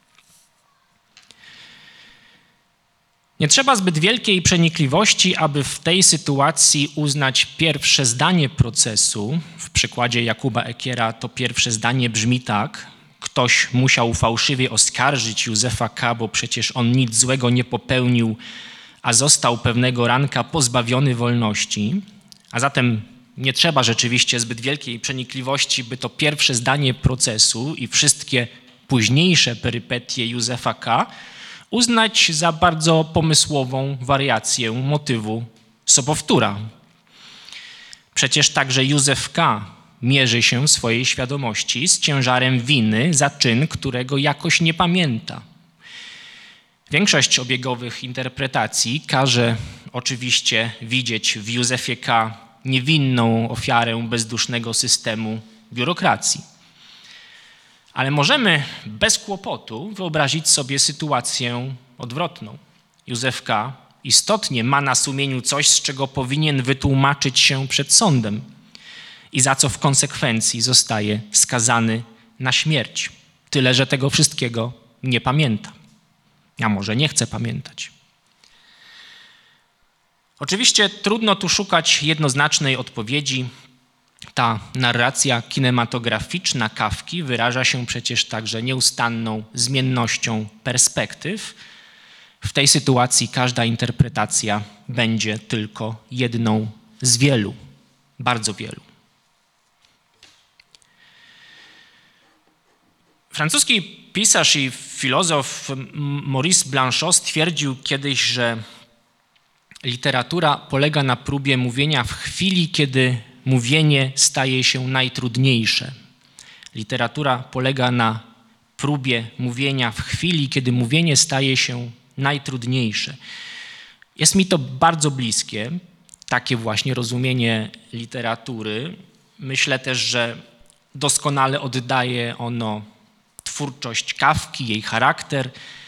Nie trzeba zbyt wielkiej przenikliwości, aby w tej sytuacji uznać pierwsze zdanie procesu. W przykładzie Jakuba Ekiera to pierwsze zdanie brzmi tak: ktoś musiał fałszywie oskarżyć Józefa K., bo przecież on nic złego nie popełnił, a został pewnego ranka pozbawiony wolności. A zatem nie trzeba rzeczywiście zbyt wielkiej przenikliwości, by to pierwsze zdanie procesu i wszystkie późniejsze perypetie Józefa K. uznać za bardzo pomysłową wariację motywu sobowtóra. Przecież także Józef K. mierzy się w swojej świadomości z ciężarem winy za czyn, którego jakoś nie pamięta. Większość obiegowych interpretacji każe oczywiście widzieć w Józefie K. niewinną ofiarę bezdusznego systemu biurokracji. Ale możemy bez kłopotu wyobrazić sobie sytuację odwrotną. Józef K. istotnie ma na sumieniu coś, z czego powinien wytłumaczyć się przed sądem i za co w konsekwencji zostaje skazany na śmierć. Tyle, że tego wszystkiego nie pamięta, a może nie chce pamiętać. Oczywiście trudno tu szukać jednoznacznej odpowiedzi. Ta narracja kinematograficzna Kafki wyraża się przecież także nieustanną zmiennością perspektyw. W tej sytuacji każda interpretacja będzie tylko jedną z wielu, bardzo wielu. Francuski pisarz i filozof Maurice Blanchot stwierdził kiedyś, że literatura polega na próbie mówienia w chwili, kiedy mówienie staje się najtrudniejsze. Literatura polega na próbie mówienia w chwili, kiedy mówienie staje się najtrudniejsze. Jest mi to bardzo bliskie, takie właśnie rozumienie literatury. Myślę też, że doskonale oddaje ono twórczość Kafki, jej charakter.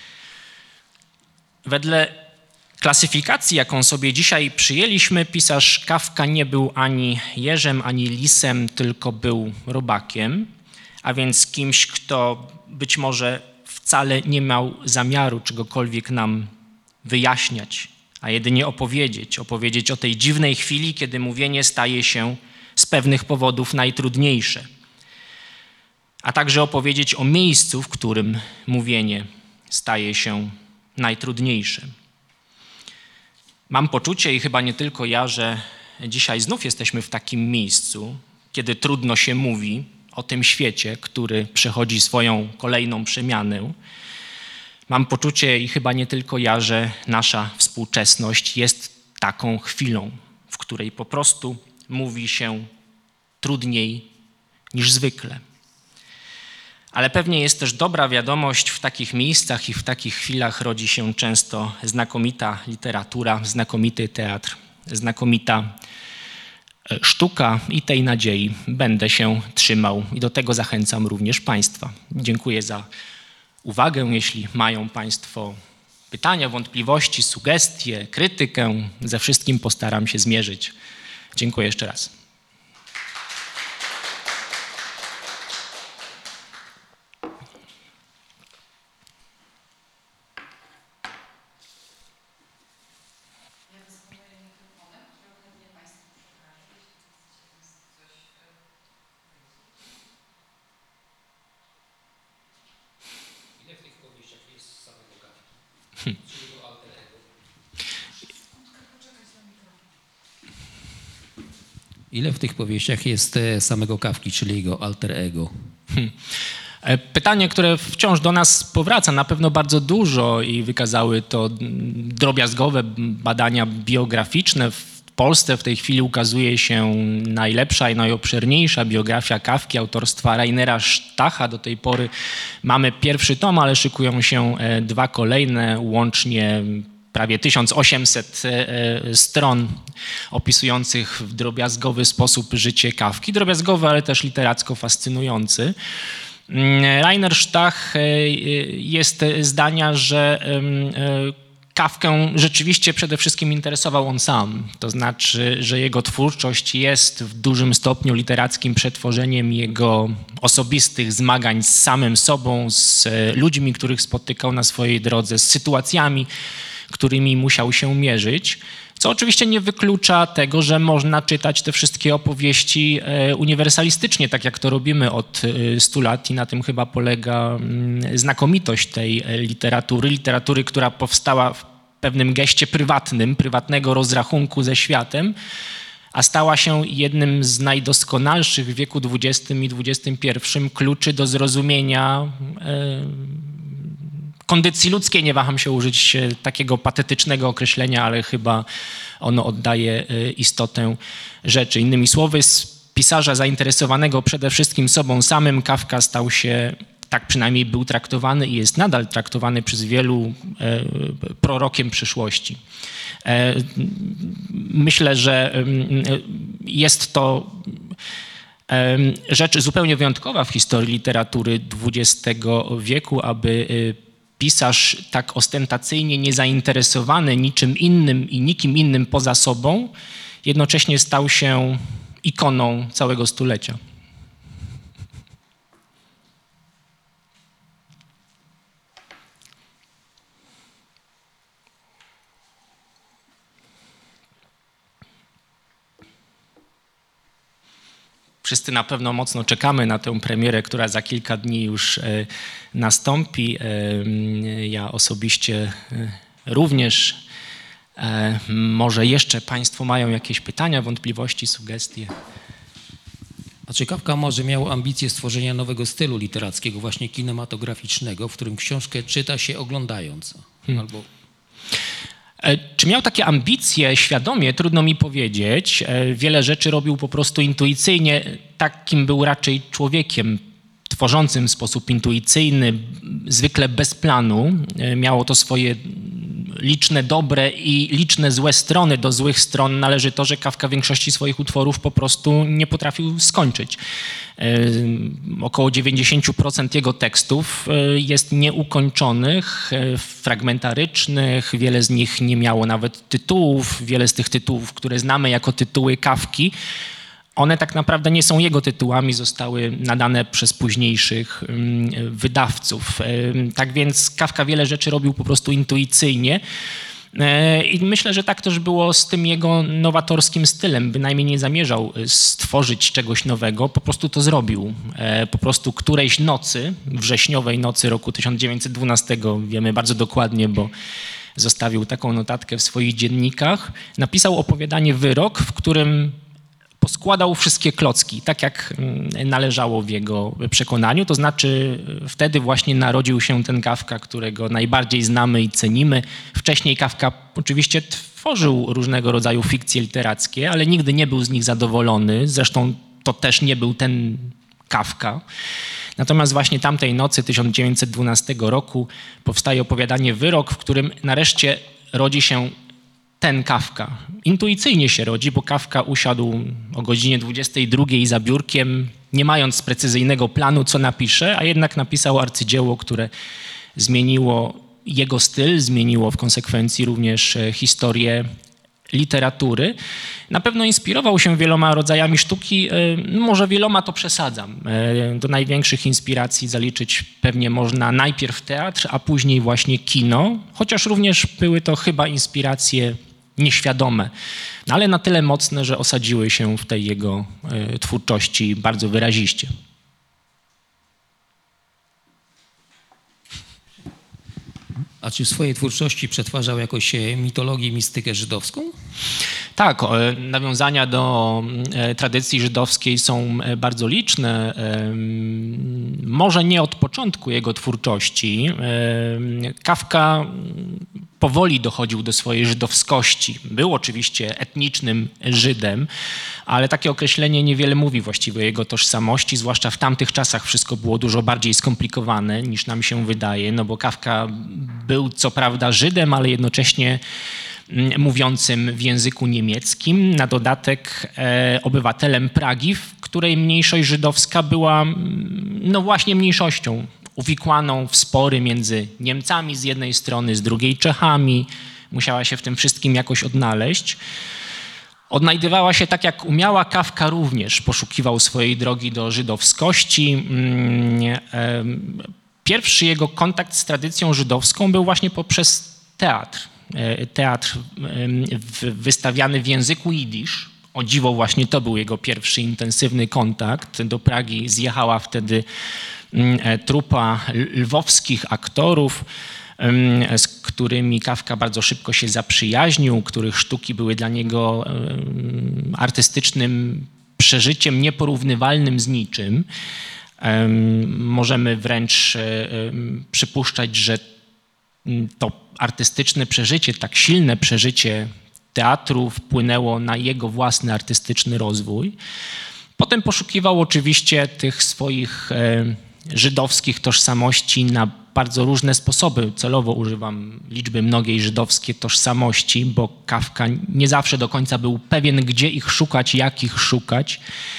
Wedle klasyfikacji, jaką sobie dzisiaj przyjęliśmy, pisarz Kafka nie był ani jeżem, ani lisem, tylko był robakiem, a więc kimś, kto być może wcale nie miał zamiaru czegokolwiek nam wyjaśniać, a jedynie opowiedzieć o tej dziwnej chwili, kiedy mówienie staje się z pewnych powodów najtrudniejsze, a także opowiedzieć o miejscu, w którym mówienie staje się najtrudniejsze. Mam poczucie, i chyba nie tylko ja, że dzisiaj znów jesteśmy w takim miejscu, kiedy trudno się mówi o tym świecie, który przechodzi swoją kolejną przemianę, mam poczucie, i chyba nie tylko ja, że nasza współczesność jest taką chwilą, w której po prostu mówi się trudniej niż zwykle. Ale pewnie jest też dobra wiadomość, w takich miejscach i w takich chwilach rodzi się często znakomita literatura, znakomity teatr, znakomita sztuka i tej nadziei będę się trzymał i do tego zachęcam również Państwa. Dziękuję za uwagę. Jeśli mają Państwo pytania, wątpliwości, sugestie, krytykę, ze wszystkim postaram się zmierzyć. Dziękuję jeszcze raz. Ile w tych powieściach jest samego Kafki, czyli jego alter ego? Pytanie, które wciąż do nas powraca, na pewno bardzo dużo i wykazały to drobiazgowe badania biograficzne. W Polsce w tej chwili ukazuje się najlepsza i najobszerniejsza biografia Kafki autorstwa Rainera Stacha. Do tej pory mamy pierwszy tom, ale szykują się dwa kolejne, łącznie prawie 1800 stron opisujących w drobiazgowy sposób życie Kafki. Drobiazgowy, ale też literacko fascynujący. Rainer Stach jest zdania, że Kafkę rzeczywiście przede wszystkim interesował on sam. To znaczy, że jego twórczość jest w dużym stopniu literackim przetworzeniem jego osobistych zmagań z samym sobą, z ludźmi, których spotykał na swojej drodze, z sytuacjami, którymi musiał się mierzyć. Co oczywiście nie wyklucza tego, że można czytać te wszystkie opowieści uniwersalistycznie, tak jak to robimy od 100 lat i na tym chyba polega znakomitość tej literatury, która powstała w pewnym geście prywatnym, prywatnego rozrachunku ze światem, a stała się jednym z najdoskonalszych w wieku XX i XXI kluczy do zrozumienia kondycji ludzkiej. Nie waham się użyć takiego patetycznego określenia, ale chyba ono oddaje istotę rzeczy. Innymi słowy, z pisarza zainteresowanego przede wszystkim sobą samym, Kafka stał się, tak przynajmniej był traktowany i jest nadal traktowany przez wielu, prorokiem przyszłości. Myślę, że jest to rzecz zupełnie wyjątkowa w historii literatury XX wieku, aby pisarz tak ostentacyjnie niezainteresowany niczym innym i nikim innym poza sobą jednocześnie stał się ikoną całego stulecia. Wszyscy na pewno mocno czekamy na tę premierę, która za kilka dni już nastąpi. Ja osobiście również. Może jeszcze Państwo mają jakieś pytania, wątpliwości, sugestie? A czy Kafka może miał ambicje stworzenia nowego stylu literackiego, właśnie kinematograficznego, w którym książkę czyta się oglądając? Albo... Czy miał takie ambicje świadomie? Trudno mi powiedzieć. Wiele rzeczy robił po prostu intuicyjnie. Takim był raczej człowiekiem, tworzącym w sposób intuicyjny, zwykle bez planu. Miało to swoje liczne dobre i liczne złe strony. Do złych stron należy to, że Kafka większości swoich utworów po prostu nie potrafił skończyć. Około 90% jego tekstów jest nieukończonych, fragmentarycznych, wiele z nich nie miało nawet tytułów, wiele z tych tytułów, które znamy jako tytuły Kafki, one tak naprawdę nie są jego tytułami, zostały nadane przez późniejszych wydawców. Tak więc Kafka wiele rzeczy robił po prostu intuicyjnie. I myślę, że tak też było z tym jego nowatorskim stylem. Bynajmniej nie zamierzał stworzyć czegoś nowego, po prostu to zrobił. Po prostu którejś nocy, wrześniowej nocy roku 1912, wiemy bardzo dokładnie, bo zostawił taką notatkę w swoich dziennikach, napisał opowiadanie Wyrok, w którym poskładał wszystkie klocki, tak jak należało w jego przekonaniu. To znaczy wtedy właśnie narodził się ten Kafka, którego najbardziej znamy i cenimy. Wcześniej Kafka oczywiście tworzył różnego rodzaju fikcje literackie, ale nigdy nie był z nich zadowolony. Zresztą to też nie był ten Kafka. Natomiast właśnie tamtej nocy 1912 roku powstaje opowiadanie Wyrok, w którym nareszcie rodzi się ten Kafka. Intuicyjnie się rodzi, bo Kafka usiadł o godzinie 22 za biurkiem, nie mając precyzyjnego planu, co napisze, a jednak napisał arcydzieło, które zmieniło jego styl, zmieniło w konsekwencji również historię literatury. Na pewno inspirował się wieloma rodzajami sztuki, może wieloma to przesadzam. Do największych inspiracji zaliczyć pewnie można najpierw teatr, a później właśnie kino, chociaż również były to chyba inspiracje nieświadome, no ale na tyle mocne, że osadziły się w tej jego twórczości bardzo wyraziście. A czy w swojej twórczości przetwarzał jakoś mitologię i mistykę żydowską? Tak, nawiązania do tradycji żydowskiej są bardzo liczne. Może nie od początku jego twórczości. Kafka powoli dochodził do swojej żydowskości. Był oczywiście etnicznym Żydem, ale takie określenie niewiele mówi właściwie o jego tożsamości, zwłaszcza w tamtych czasach wszystko było dużo bardziej skomplikowane niż nam się wydaje, no bo Kafka był co prawda Żydem, ale jednocześnie mówiącym w języku niemieckim, na dodatek obywatelem Pragi, w której mniejszość żydowska była no właśnie mniejszością, uwikłaną w spory między Niemcami z jednej strony, z drugiej Czechami. Musiała się w tym wszystkim jakoś odnaleźć. Odnajdywała się tak, jak umiała. Kafka również poszukiwał swojej drogi do żydowskości. Pierwszy jego kontakt z tradycją żydowską był właśnie poprzez teatr. Teatr wystawiany w języku jidysz. O dziwo właśnie to był jego pierwszy intensywny kontakt. Do Pragi zjechała wtedy trupa lwowskich aktorów, z którymi Kafka bardzo szybko się zaprzyjaźnił, których sztuki były dla niego artystycznym przeżyciem nieporównywalnym z niczym. Możemy wręcz przypuszczać, że to artystyczne przeżycie, tak silne przeżycie teatru wpłynęło na jego własny artystyczny rozwój. Potem poszukiwał oczywiście tych swoich żydowskich tożsamości na bardzo różne sposoby. Celowo używam liczby mnogiej żydowskie tożsamości, bo Kafka nie zawsze do końca był pewien, gdzie ich szukać, jak ich szukać.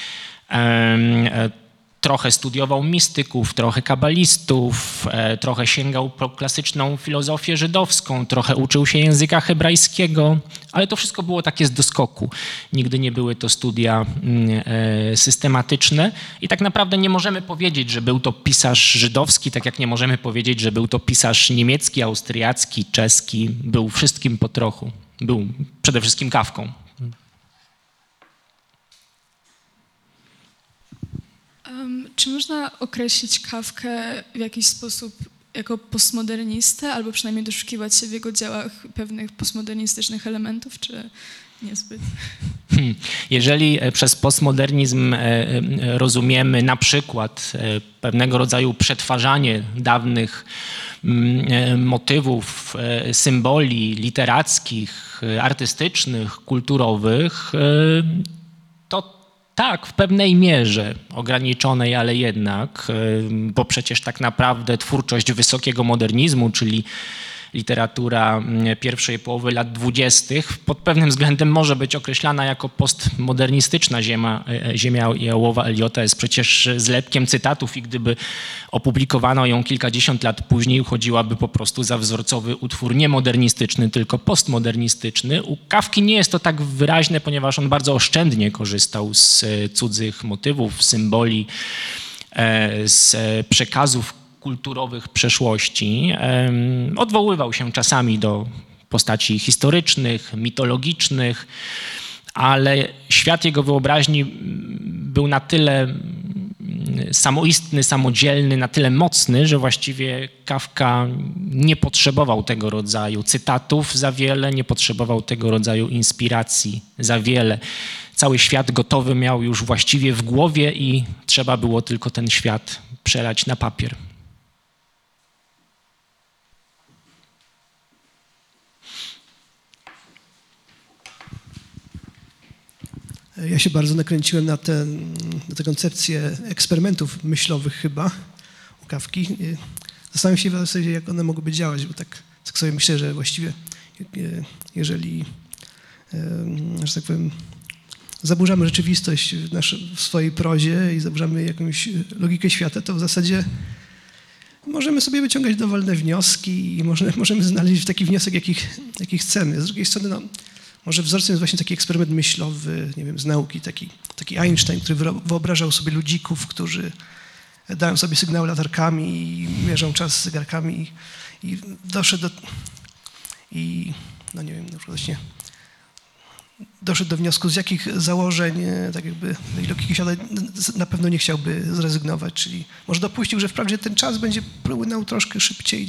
Trochę studiował mistyków, trochę kabalistów, trochę sięgał po klasyczną filozofię żydowską, trochę uczył się języka hebrajskiego, ale to wszystko było takie z doskoku. Nigdy nie były to studia systematyczne i tak naprawdę nie możemy powiedzieć, że był to pisarz żydowski, tak jak nie możemy powiedzieć, że był to pisarz niemiecki, austriacki, czeski. Był wszystkim po trochu. Był przede wszystkim Kafką. Czy można określić Kafkę w jakiś sposób jako postmodernistę, albo przynajmniej doszukiwać się w jego dziełach pewnych postmodernistycznych elementów, czy niezbyt? Jeżeli przez postmodernizm rozumiemy na przykład pewnego rodzaju przetwarzanie dawnych motywów, symboli literackich, artystycznych, kulturowych, to tak, w pewnej mierze ograniczonej, ale jednak, bo przecież tak naprawdę twórczość wysokiego modernizmu, czyli literatura pierwszej połowy lat 20. pod pewnym względem może być określana jako postmodernistyczna. Ziemia Jałowa Eliota jest przecież zlepkiem cytatów i gdyby opublikowano ją kilkadziesiąt lat później, uchodziłaby po prostu za wzorcowy utwór nie modernistyczny, tylko postmodernistyczny. U Kafki nie jest to tak wyraźne, ponieważ on bardzo oszczędnie korzystał z cudzych motywów, symboli, z przekazów kulturowych przeszłości. Odwoływał się czasami do postaci historycznych, mitologicznych, ale świat jego wyobraźni był na tyle samoistny, samodzielny, na tyle mocny, że właściwie Kafka nie potrzebował tego rodzaju cytatów za wiele, nie potrzebował tego rodzaju inspiracji za wiele. cały świat gotowy miał już właściwie w głowie i trzeba było tylko ten świat przelać na papier. Ja się bardzo nakręciłem na tę koncepcję eksperymentów myślowych chyba u Kafki. Zastanawiam się w zasadzie, jak one mogłyby działać, bo tak sobie myślę, że właściwie jeżeli, że tak powiem, zaburzamy rzeczywistość w swojej prozie i zaburzamy jakąś logikę świata, to w zasadzie możemy sobie wyciągać dowolne wnioski i możemy znaleźć taki wniosek, jaki chcemy. Z drugiej strony, może wzorcem jest właśnie taki eksperyment myślowy, nie wiem, z nauki, taki Einstein, który wyobrażał sobie ludzików, którzy dają sobie sygnały latarkami i mierzą czas zegarkami i doszedł no nie wiem, na przykład właśnie doszedł do wniosku, z jakich założeń, tak jakby logiki świata na pewno nie chciałby zrezygnować, czyli może dopuścił, że wprawdzie ten czas będzie płynął troszkę szybciej,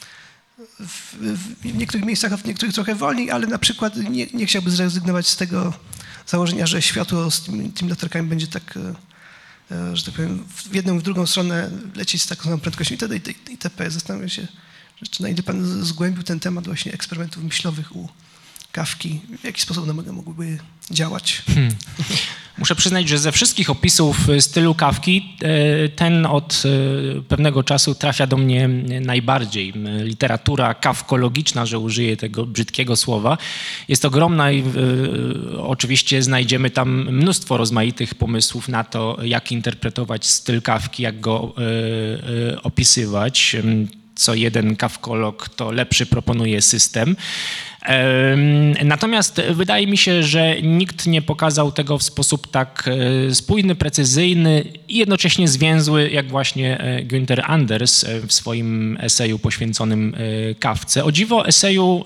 w niektórych miejscach, a w niektórych trochę wolniej, ale na przykład nie chciałby zrezygnować z tego założenia, że światło z tymi latarkami będzie tak, że tak powiem, w jedną i w drugą stronę lecieć z taką samą prędkością itd. itp. Zastanawiam się, czy na ile pan zgłębił ten temat właśnie eksperymentów myślowych u Kafki, w jaki sposób one mogłyby działać? Muszę przyznać, że ze wszystkich opisów stylu Kafki ten od pewnego czasu trafia do mnie najbardziej. Literatura kafkologiczna, że użyję tego brzydkiego słowa, jest ogromna i oczywiście znajdziemy tam mnóstwo rozmaitych pomysłów na to, jak interpretować styl Kafki, jak go opisywać. Co jeden kafkolog, to lepszy proponuje system. Natomiast wydaje mi się, że nikt nie pokazał tego w sposób tak spójny, precyzyjny i jednocześnie zwięzły, jak właśnie Günther Anders w swoim eseju poświęconym Kafce. O dziwo eseju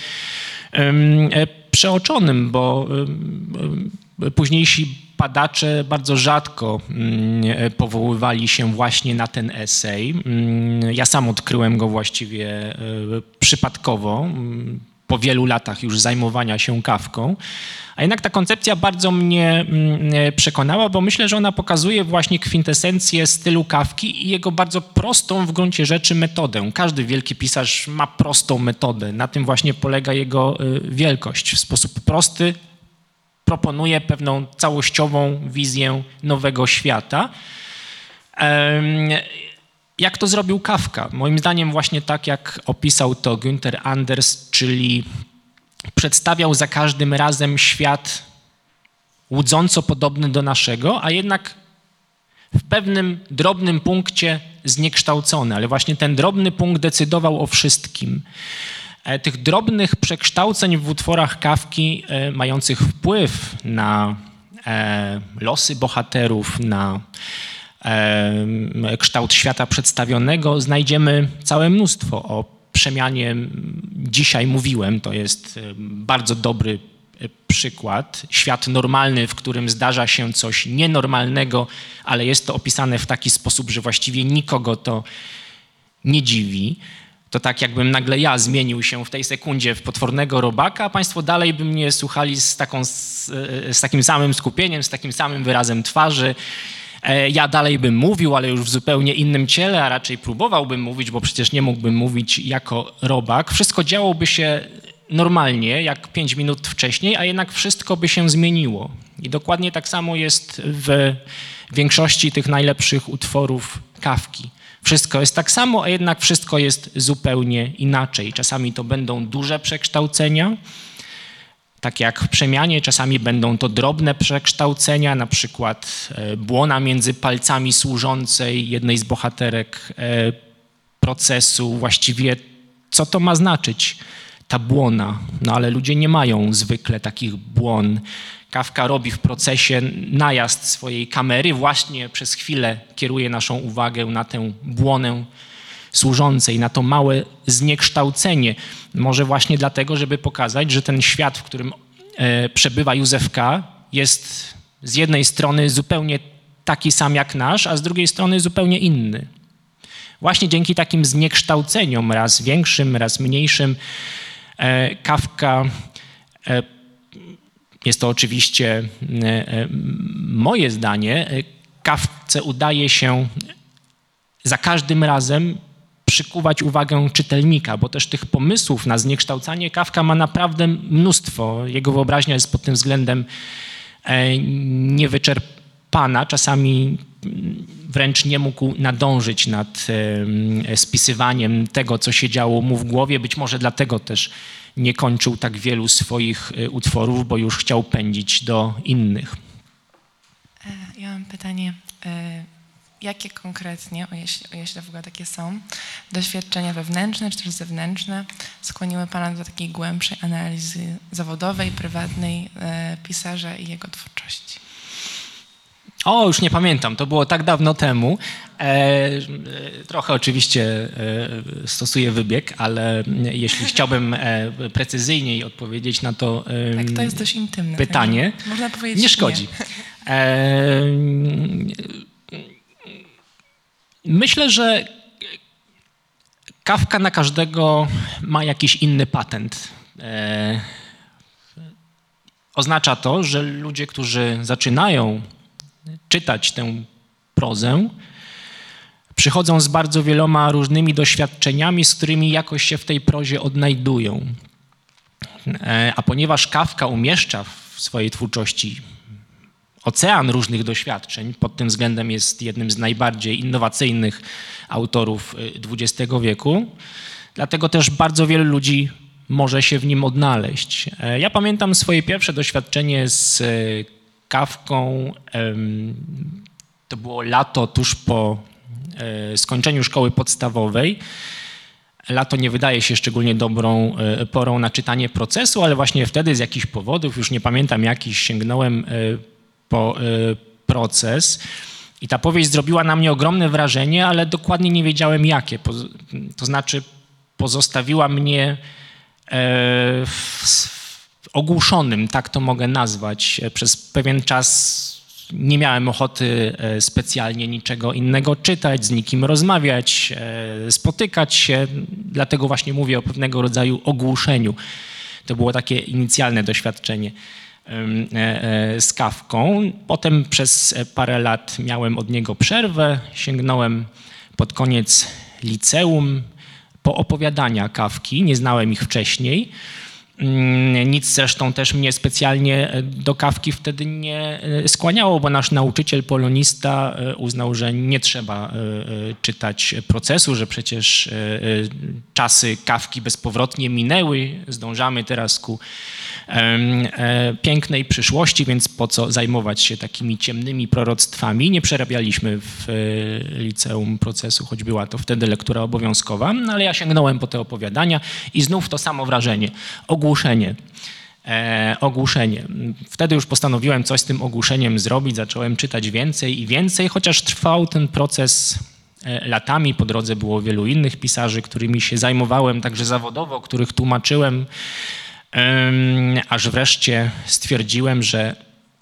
przeoczonym, bo późniejsi badacze bardzo rzadko powoływali się właśnie na ten esej. Ja sam odkryłem go właściwie przypadkowo, po wielu latach już zajmowania się Kafką. A jednak ta koncepcja bardzo mnie przekonała, bo myślę, że ona pokazuje właśnie kwintesencję stylu Kafki i jego bardzo prostą w gruncie rzeczy metodę. Każdy wielki pisarz ma prostą metodę. Na tym właśnie polega jego wielkość. W sposób prosty proponuje pewną całościową wizję nowego świata. Jak to zrobił Kafka? Moim zdaniem właśnie tak, jak opisał to Günther Anders, czyli przedstawiał za każdym razem świat łudząco podobny do naszego, a jednak w pewnym drobnym punkcie zniekształcony, ale właśnie ten drobny punkt decydował o wszystkim. Tych drobnych przekształceń w utworach Kafki mających wpływ na losy bohaterów, na kształt świata przedstawionego znajdziemy całe mnóstwo. O przemianie dzisiaj mówiłem, to jest bardzo dobry przykład. Świat normalny, w którym zdarza się coś nienormalnego, ale jest to opisane w taki sposób, że właściwie nikogo to nie dziwi. To tak, jakbym nagle ja zmienił się w tej sekundzie w potwornego robaka, a państwo dalej by mnie słuchali z takim samym skupieniem, z takim samym wyrazem twarzy. Ja dalej bym mówił, ale już w zupełnie innym ciele, a raczej próbowałbym mówić, bo przecież nie mógłbym mówić jako robak. Wszystko działoby się normalnie, jak 5 minut wcześniej, a jednak wszystko by się zmieniło. I dokładnie tak samo jest w większości tych najlepszych utworów Kafki. Wszystko jest tak samo, a jednak wszystko jest zupełnie inaczej. Czasami to będą duże przekształcenia, tak jak w Przemianie, czasami będą to drobne przekształcenia, na przykład błona między palcami służącej jednej z bohaterek procesu. Właściwie co to ma znaczyć, ta błona? No ale ludzie nie mają zwykle takich błon. Kafka robi w procesie najazd swojej kamery, właśnie przez chwilę kieruje naszą uwagę na tę błonę służącej, na to małe zniekształcenie. Może właśnie dlatego, żeby pokazać, że ten świat, w którym przebywa Józef K., jest z jednej strony zupełnie taki sam jak nasz, a z drugiej strony zupełnie inny. Właśnie dzięki takim zniekształceniom, raz większym, raz mniejszym, Kafka jest to oczywiście moje zdanie, Kafce udaje się za każdym razem przykuwać uwagę czytelnika, bo też tych pomysłów na zniekształcanie Kafka ma naprawdę mnóstwo. Jego wyobraźnia jest pod tym względem niewyczerpana. Czasami wręcz nie mógł nadążyć nad spisywaniem tego, co się działo mu w głowie. Być może dlatego też nie kończył tak wielu swoich utworów, bo już chciał pędzić do innych. Ja mam pytanie. Jakie konkretnie, o jeśli w ogóle takie są, doświadczenia wewnętrzne czy też zewnętrzne skłoniły Pana do takiej głębszej analizy zawodowej, prywatnej pisarza i jego twórczości? O, już nie pamiętam, to było tak dawno temu. Trochę oczywiście stosuję wybieg, ale jeśli chciałbym precyzyjniej odpowiedzieć na to Tak, to jest dość intymne pytanie, można powiedzieć nie szkodzi. Myślę, że Kafka na każdego ma jakiś inny patent. Oznacza to, że ludzie, którzy zaczynają czytać tę prozę, przychodzą z bardzo wieloma różnymi doświadczeniami, z którymi jakoś się w tej prozie odnajdują. A ponieważ Kafka umieszcza w swojej twórczości ocean różnych doświadczeń, pod tym względem jest jednym z najbardziej innowacyjnych autorów XX wieku, dlatego też bardzo wielu ludzi może się w nim odnaleźć. Ja pamiętam swoje pierwsze doświadczenie z Kafką. To było lato tuż po skończeniu szkoły podstawowej. Lato nie wydaje się szczególnie dobrą porą na czytanie Procesu, ale właśnie wtedy z jakichś powodów, już nie pamiętam jakich, sięgnąłem po Proces i ta powieść zrobiła na mnie ogromne wrażenie, ale dokładnie nie wiedziałem jakie. To znaczy pozostawiła mnie ogłuszonym, tak to mogę nazwać. Przez pewien czas nie miałem ochoty specjalnie niczego innego czytać, z nikim rozmawiać, spotykać się, dlatego właśnie mówię o pewnego rodzaju ogłuszeniu. To było takie inicjalne doświadczenie z Kafką. Potem przez parę lat miałem od niego przerwę, sięgnąłem pod koniec liceum po opowiadania Kafki, nie znałem ich wcześniej. Nic zresztą też mnie specjalnie do Kafki wtedy nie skłaniało, bo nasz nauczyciel polonista uznał, że nie trzeba czytać Procesu, że przecież czasy Kafki bezpowrotnie minęły, zdążamy teraz ku pięknej przyszłości, więc po co zajmować się takimi ciemnymi proroctwami. Nie przerabialiśmy w liceum Procesu, choć była to wtedy lektura obowiązkowa, no ale ja sięgnąłem po te opowiadania i znów to samo wrażenie. Ogłuszenie. Wtedy już postanowiłem coś z tym ogłuszeniem zrobić, zacząłem czytać więcej i więcej, chociaż trwał ten proces latami. Po drodze było wielu innych pisarzy, którymi się zajmowałem, także zawodowo, których tłumaczyłem, aż wreszcie stwierdziłem, że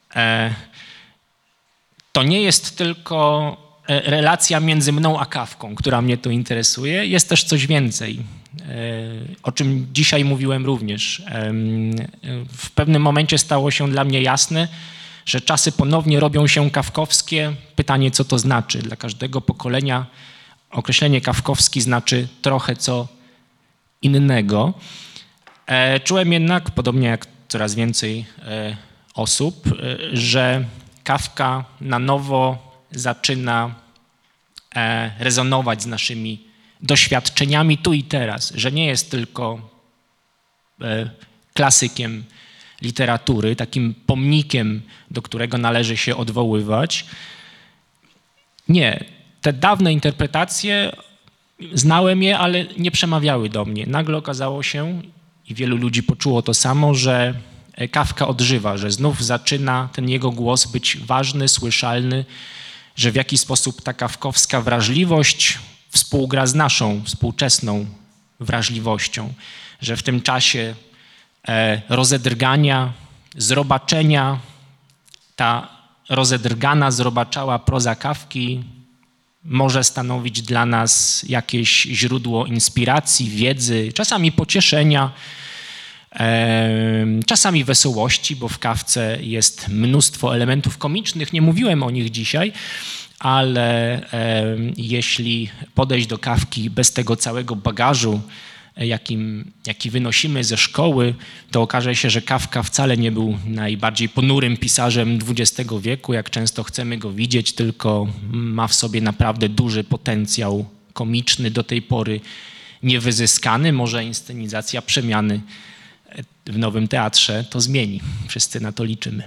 to nie jest tylko relacja między mną a Kafką, która mnie tu interesuje, jest też coś więcej, o czym dzisiaj mówiłem również. W pewnym momencie stało się dla mnie jasne, że czasy ponownie robią się kafkowskie. Pytanie, co to znaczy? Dla każdego pokolenia określenie kafkowski znaczy trochę co innego. Czułem jednak, podobnie jak coraz więcej osób, że Kafka na nowo zaczyna rezonować z naszymi doświadczeniami tu i teraz, że nie jest tylko klasykiem literatury, takim pomnikiem, do którego należy się odwoływać. Nie, te dawne interpretacje, znałem je, ale nie przemawiały do mnie. Nagle okazało się, i wielu ludzi poczuło to samo, że Kafka odżywa, że znów zaczyna ten jego głos być ważny, słyszalny, że w jakiś sposób ta kafkowska wrażliwość współgra z naszą współczesną wrażliwością, że w tym czasie rozedrgania, zrobaczenia, ta rozedrgana, zrobaczała proza Kafki może stanowić dla nas jakieś źródło inspiracji, wiedzy, czasami pocieszenia, czasami wesołości, bo w Kafce jest mnóstwo elementów komicznych, nie mówiłem o nich dzisiaj, ale jeśli podejść do Kafki bez tego całego bagażu, jaki wynosimy ze szkoły, to okaże się, że Kafka wcale nie był najbardziej ponurym pisarzem XX wieku, jak często chcemy go widzieć, tylko ma w sobie naprawdę duży potencjał komiczny, do tej pory niewyzyskany. Może inscenizacja Przemiany w Nowym Teatrze to zmieni. Wszyscy na to liczymy.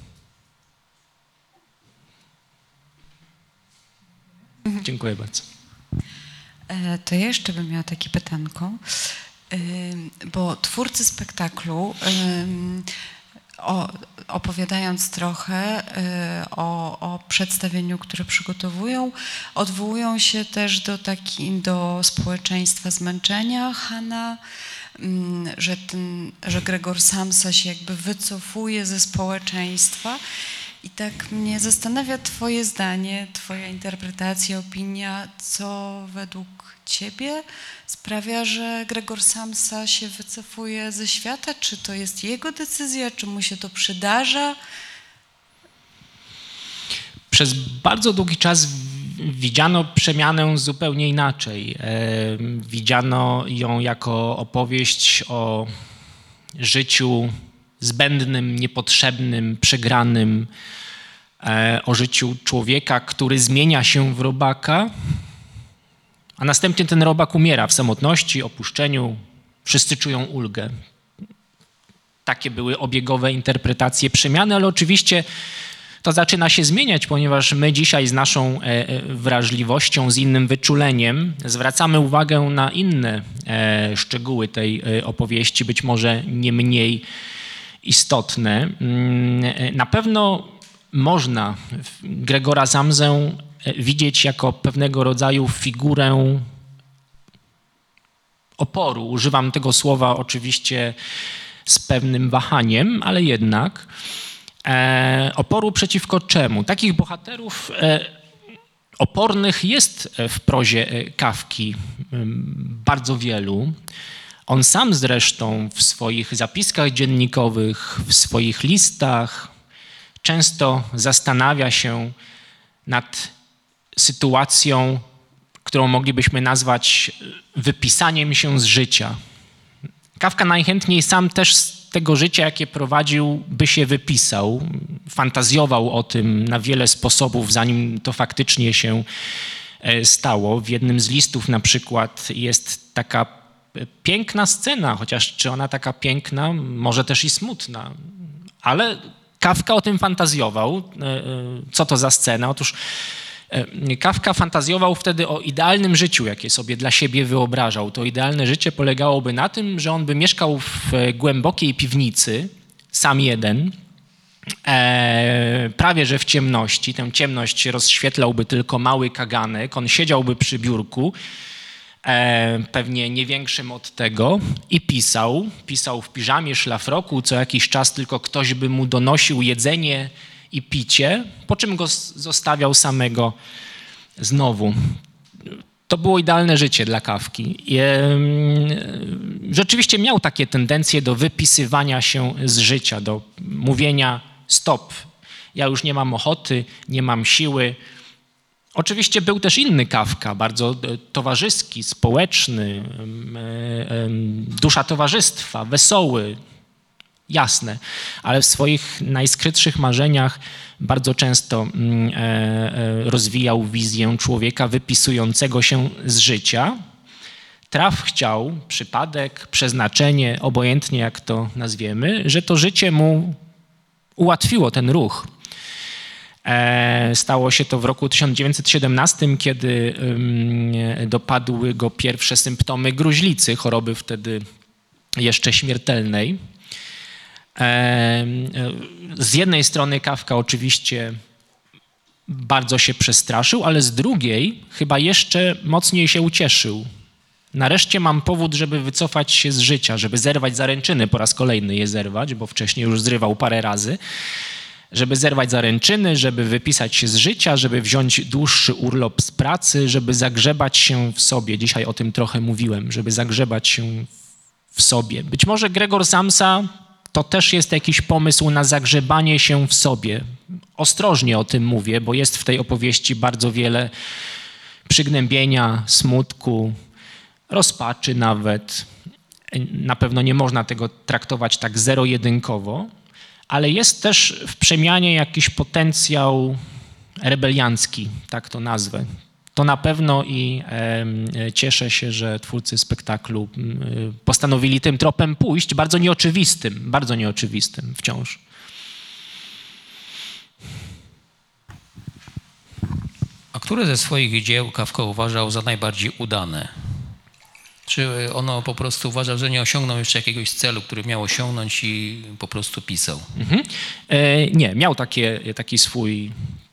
Dziękuję bardzo. To ja jeszcze bym miała takie pytanko, bo twórcy spektaklu, opowiadając trochę o przedstawieniu, które przygotowują, odwołują się też do społeczeństwa zmęczenia Hana, że Gregor Samsa się jakby wycofuje ze społeczeństwa. I tak mnie zastanawia twoje zdanie, twoja interpretacja, opinia, co według ciebie sprawia, że Gregor Samsa się wycofuje ze świata? Czy to jest jego decyzja, czy mu się to przydarza? Przez bardzo długi czas widziano Przemianę zupełnie inaczej. Widziano ją jako opowieść o życiu zbędnym, niepotrzebnym, przegranym, o życiu człowieka, który zmienia się w robaka, a następnie ten robak umiera w samotności, opuszczeniu. Wszyscy czują ulgę. Takie były obiegowe interpretacje Przemiany, ale oczywiście to zaczyna się zmieniać, ponieważ my dzisiaj z naszą wrażliwością, z innym wyczuleniem zwracamy uwagę na inne szczegóły tej opowieści, być może nie mniej istotne. Na pewno można Gregora Samsę widzieć jako pewnego rodzaju figurę oporu. Używam tego słowa oczywiście z pewnym wahaniem, ale jednak oporu przeciwko czemu? Takich bohaterów opornych jest w prozie Kafki bardzo wielu. On sam zresztą w swoich zapiskach dziennikowych, w swoich listach często zastanawia się nad sytuacją, którą moglibyśmy nazwać wypisaniem się z życia. Kafka najchętniej sam też z tego życia, jakie prowadził, by się wypisał. Fantazjował o tym na wiele sposobów, zanim to faktycznie się stało. W jednym z listów na przykład jest taka piękna scena, chociaż czy ona taka piękna, może też i smutna, ale Kafka o tym fantazjował. Co to za scena? Otóż Kafka fantazjował wtedy o idealnym życiu, jakie sobie dla siebie wyobrażał. To idealne życie polegałoby na tym, że on by mieszkał w głębokiej piwnicy, sam jeden, prawie że w ciemności. Tę ciemność rozświetlałby tylko mały kaganek. On siedziałby przy biurku, pewnie nie większym od tego, i pisał. Pisał w piżamie, szlafroku, co jakiś czas tylko ktoś by mu donosił jedzenie i picie, po czym go zostawiał samego znowu. To było idealne życie dla Kafki. Rzeczywiście miał takie tendencje do wypisywania się z życia, do mówienia stop, ja już nie mam ochoty, nie mam siły. Oczywiście był też inny Kafka, bardzo towarzyski, społeczny, dusza towarzystwa, wesoły, jasne, ale w swoich najskrytszych marzeniach bardzo często rozwijał wizję człowieka wypisującego się z życia. Traf chciał, przypadek, przeznaczenie, obojętnie jak to nazwiemy, że to życie mu ułatwiło ten ruch. Stało się to w roku 1917, kiedy dopadły go pierwsze symptomy gruźlicy, choroby wtedy jeszcze śmiertelnej. Z jednej strony Kafka oczywiście bardzo się przestraszył, ale z drugiej chyba jeszcze mocniej się ucieszył. Nareszcie mam powód, żeby wycofać się z życia, żeby zerwać zaręczyny, po raz kolejny je zerwać, bo wcześniej już zrywał parę razy, żeby zerwać zaręczyny, żeby wypisać się z życia, żeby wziąć dłuższy urlop z pracy, żeby zagrzebać się w sobie. Dzisiaj o tym trochę mówiłem, żeby zagrzebać się w sobie. Być może Gregor Samsa to też jest jakiś pomysł na zagrzebanie się w sobie. Ostrożnie o tym mówię, bo jest w tej opowieści bardzo wiele przygnębienia, smutku, rozpaczy nawet. Na pewno nie można tego traktować tak zero-jedynkowo, ale jest też w przemianie jakiś potencjał rebeliancki, tak to nazwę. To na pewno i cieszę się, że twórcy spektaklu postanowili tym tropem pójść, bardzo nieoczywistym wciąż. A które ze swoich dzieł Kafka uważał za najbardziej udane? Czy ono po prostu uważał, że nie osiągnął jeszcze jakiegoś celu, który miał osiągnąć i po prostu pisał? Nie, miał taki swój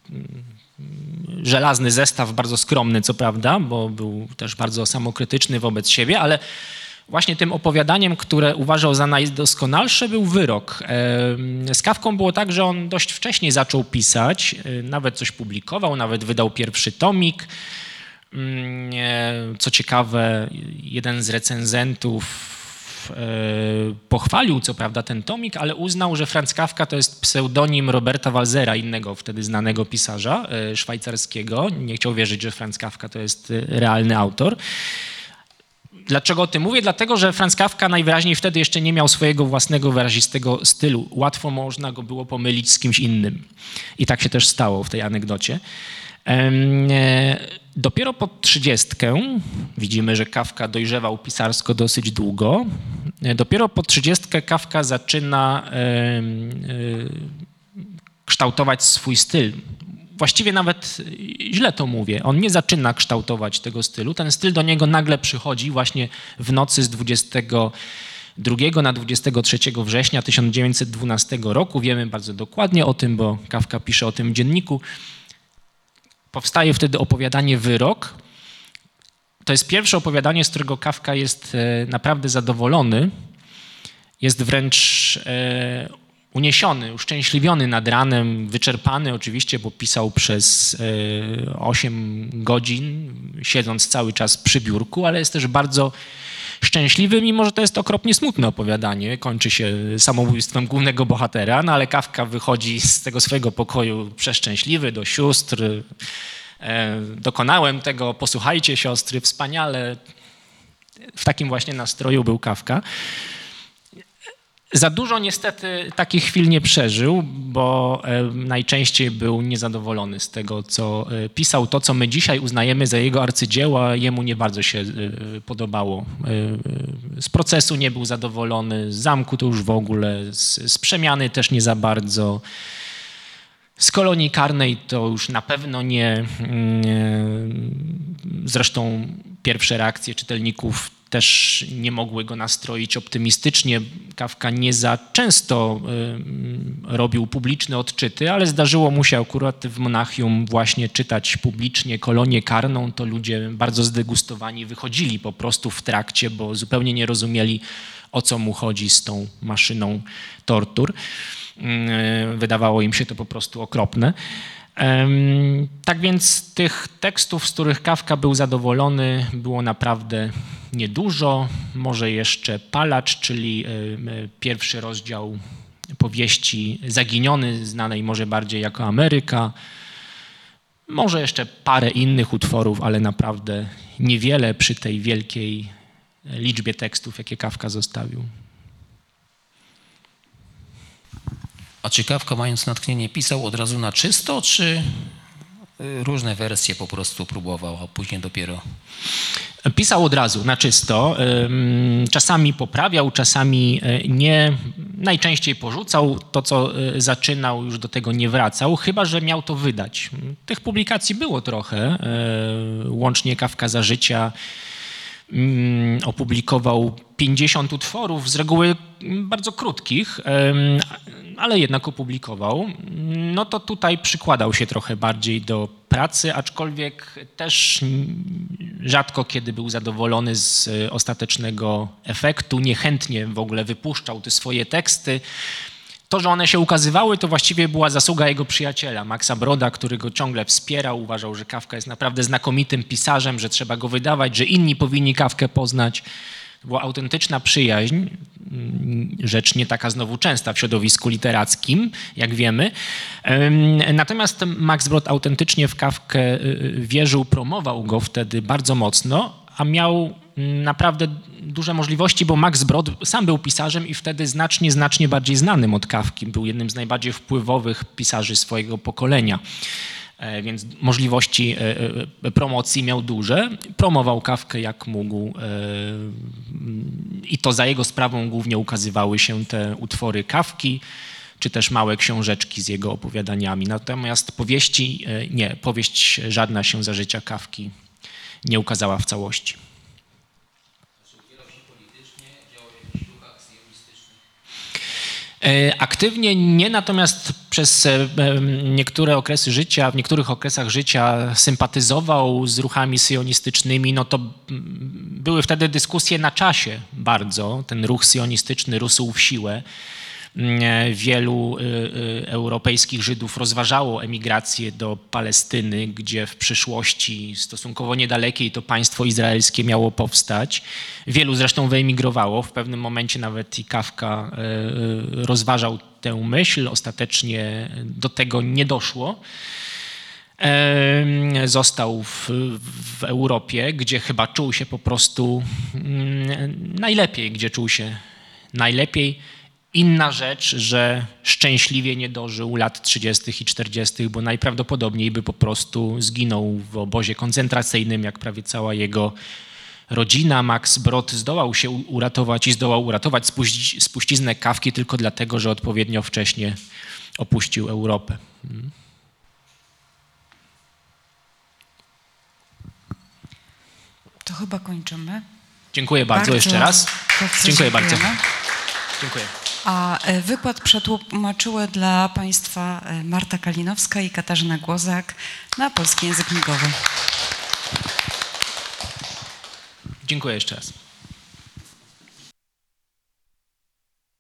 żelazny zestaw, bardzo skromny co prawda, bo był też bardzo samokrytyczny wobec siebie, ale właśnie tym opowiadaniem, które uważał za najdoskonalsze, był Wyrok. Z Kafką było tak, że on dość wcześnie zaczął pisać, nawet coś publikował, nawet wydał pierwszy tomik. Co ciekawe, jeden z recenzentów pochwalił co prawda ten tomik, ale uznał, że Franz Kafka to jest pseudonim Roberta Walsera, innego wtedy znanego pisarza szwajcarskiego. Nie chciał wierzyć, że Franz Kafka to jest realny autor. Dlaczego o tym mówię? Dlatego, że Franz Kafka najwyraźniej wtedy jeszcze nie miał swojego własnego wyrazistego stylu. Łatwo można go było pomylić z kimś innym. I tak się też stało w tej anegdocie. Dopiero pod 30, widzimy, że Kafka dojrzewał pisarsko dosyć długo, dopiero pod 30 Kafka zaczyna kształtować swój styl. Właściwie nawet źle to mówię, on nie zaczyna kształtować tego stylu, ten styl do niego nagle przychodzi właśnie w nocy z 22 na 23 września 1912 roku. Wiemy bardzo dokładnie o tym, bo Kafka pisze o tym w dzienniku. Powstaje wtedy opowiadanie Wyrok. To jest pierwsze opowiadanie, z którego Kafka jest naprawdę zadowolony. Jest wręcz uniesiony, uszczęśliwiony nad ranem, wyczerpany oczywiście, bo pisał przez 8 godzin, siedząc cały czas przy biurku, ale jest też bardzo szczęśliwy, mimo że to jest okropnie smutne opowiadanie. Kończy się samobójstwem głównego bohatera, no ale Kafka wychodzi z tego swojego pokoju przeszczęśliwy do sióstr. Dokonałem tego, posłuchajcie siostry, wspaniale. W takim właśnie nastroju był Kafka. Za dużo niestety takich chwil nie przeżył, bo najczęściej był niezadowolony z tego, co pisał. To, co my dzisiaj uznajemy za jego arcydzieła, jemu nie bardzo się podobało. Z procesu nie był zadowolony, z zamku to już w ogóle, z przemiany też nie za bardzo. Z kolonii karnej to już na pewno nie. Zresztą pierwsze reakcje czytelników też nie mogły go nastroić optymistycznie. Kafka nie za często robił publiczne odczyty, ale zdarzyło mu się akurat w Monachium właśnie czytać publicznie kolonię karną. To ludzie bardzo zdegustowani wychodzili po prostu w trakcie, bo zupełnie nie rozumieli, o co mu chodzi z tą maszyną tortur. Wydawało im się to po prostu okropne. Tak więc tych tekstów, z których Kafka był zadowolony, było naprawdę niedużo. Może jeszcze Palacz, czyli pierwszy rozdział powieści Zaginiony, znanej może bardziej jako Ameryka. Może jeszcze parę innych utworów, ale naprawdę niewiele przy tej wielkiej liczbie tekstów, jakie Kafka zostawił. A czy Kafka, mając natchnienie, pisał od razu na czysto, czy różne wersje po prostu próbował, a później dopiero? Pisał od razu na czysto. Czasami poprawiał, czasami nie. Najczęściej porzucał to, co zaczynał, już do tego nie wracał, chyba że miał to wydać. Tych publikacji było trochę. Łącznie Kafka za życia opublikował 50 utworów, z reguły bardzo krótkich, ale jednak opublikował. No to tutaj przykładał się trochę bardziej do pracy, aczkolwiek też rzadko kiedy był zadowolony z ostatecznego efektu, niechętnie w ogóle wypuszczał te swoje teksty. To, że one się ukazywały, to właściwie była zasługa jego przyjaciela, Maxa Broda, który go ciągle wspierał. Uważał, że Kafka jest naprawdę znakomitym pisarzem, że trzeba go wydawać, że inni powinni Kafkę poznać. To była autentyczna przyjaźń, rzecz nie taka znowu częsta w środowisku literackim, jak wiemy. Natomiast Max Brod autentycznie w Kafkę wierzył, promował go wtedy bardzo mocno, a miał naprawdę duże możliwości, bo Max Brod sam był pisarzem i wtedy znacznie bardziej znanym od Kafki. Był jednym z najbardziej wpływowych pisarzy swojego pokolenia. Więc możliwości promocji miał duże. Promował Kafkę jak mógł i to za jego sprawą głównie ukazywały się te utwory Kafki, czy też małe książeczki z jego opowiadaniami. Natomiast powieść żadna się za życia Kafki nie ukazała w całości. Aktywnie nie, natomiast przez niektóre okresy życia, w niektórych okresach życia sympatyzował z ruchami sionistycznymi. No to były wtedy dyskusje na czasie bardzo. Ten ruch sionistyczny rósł w siłę. Wielu europejskich Żydów rozważało emigrację do Palestyny, gdzie w przyszłości stosunkowo niedalekiej to państwo izraelskie miało powstać. Wielu zresztą wyemigrowało. W pewnym momencie nawet i Kafka rozważał tę myśl. Ostatecznie do tego nie doszło. Został w Europie, gdzie chyba czuł się po prostu najlepiej. Inna rzecz, że szczęśliwie nie dożył lat 30. i 40., bo najprawdopodobniej by po prostu zginął w obozie koncentracyjnym, jak prawie cała jego rodzina. Max Brod zdołał się uratować i zdołał uratować spuściznę Kafki tylko dlatego, że odpowiednio wcześnie opuścił Europę. To chyba kończymy. Dziękuję bardzo jeszcze raz. Dziękuję bardzo. Dziękuję. A wykład przetłumaczyły dla Państwa Marta Kalinowska i Katarzyna Głozak na polski język migowy. Dziękuję jeszcze raz.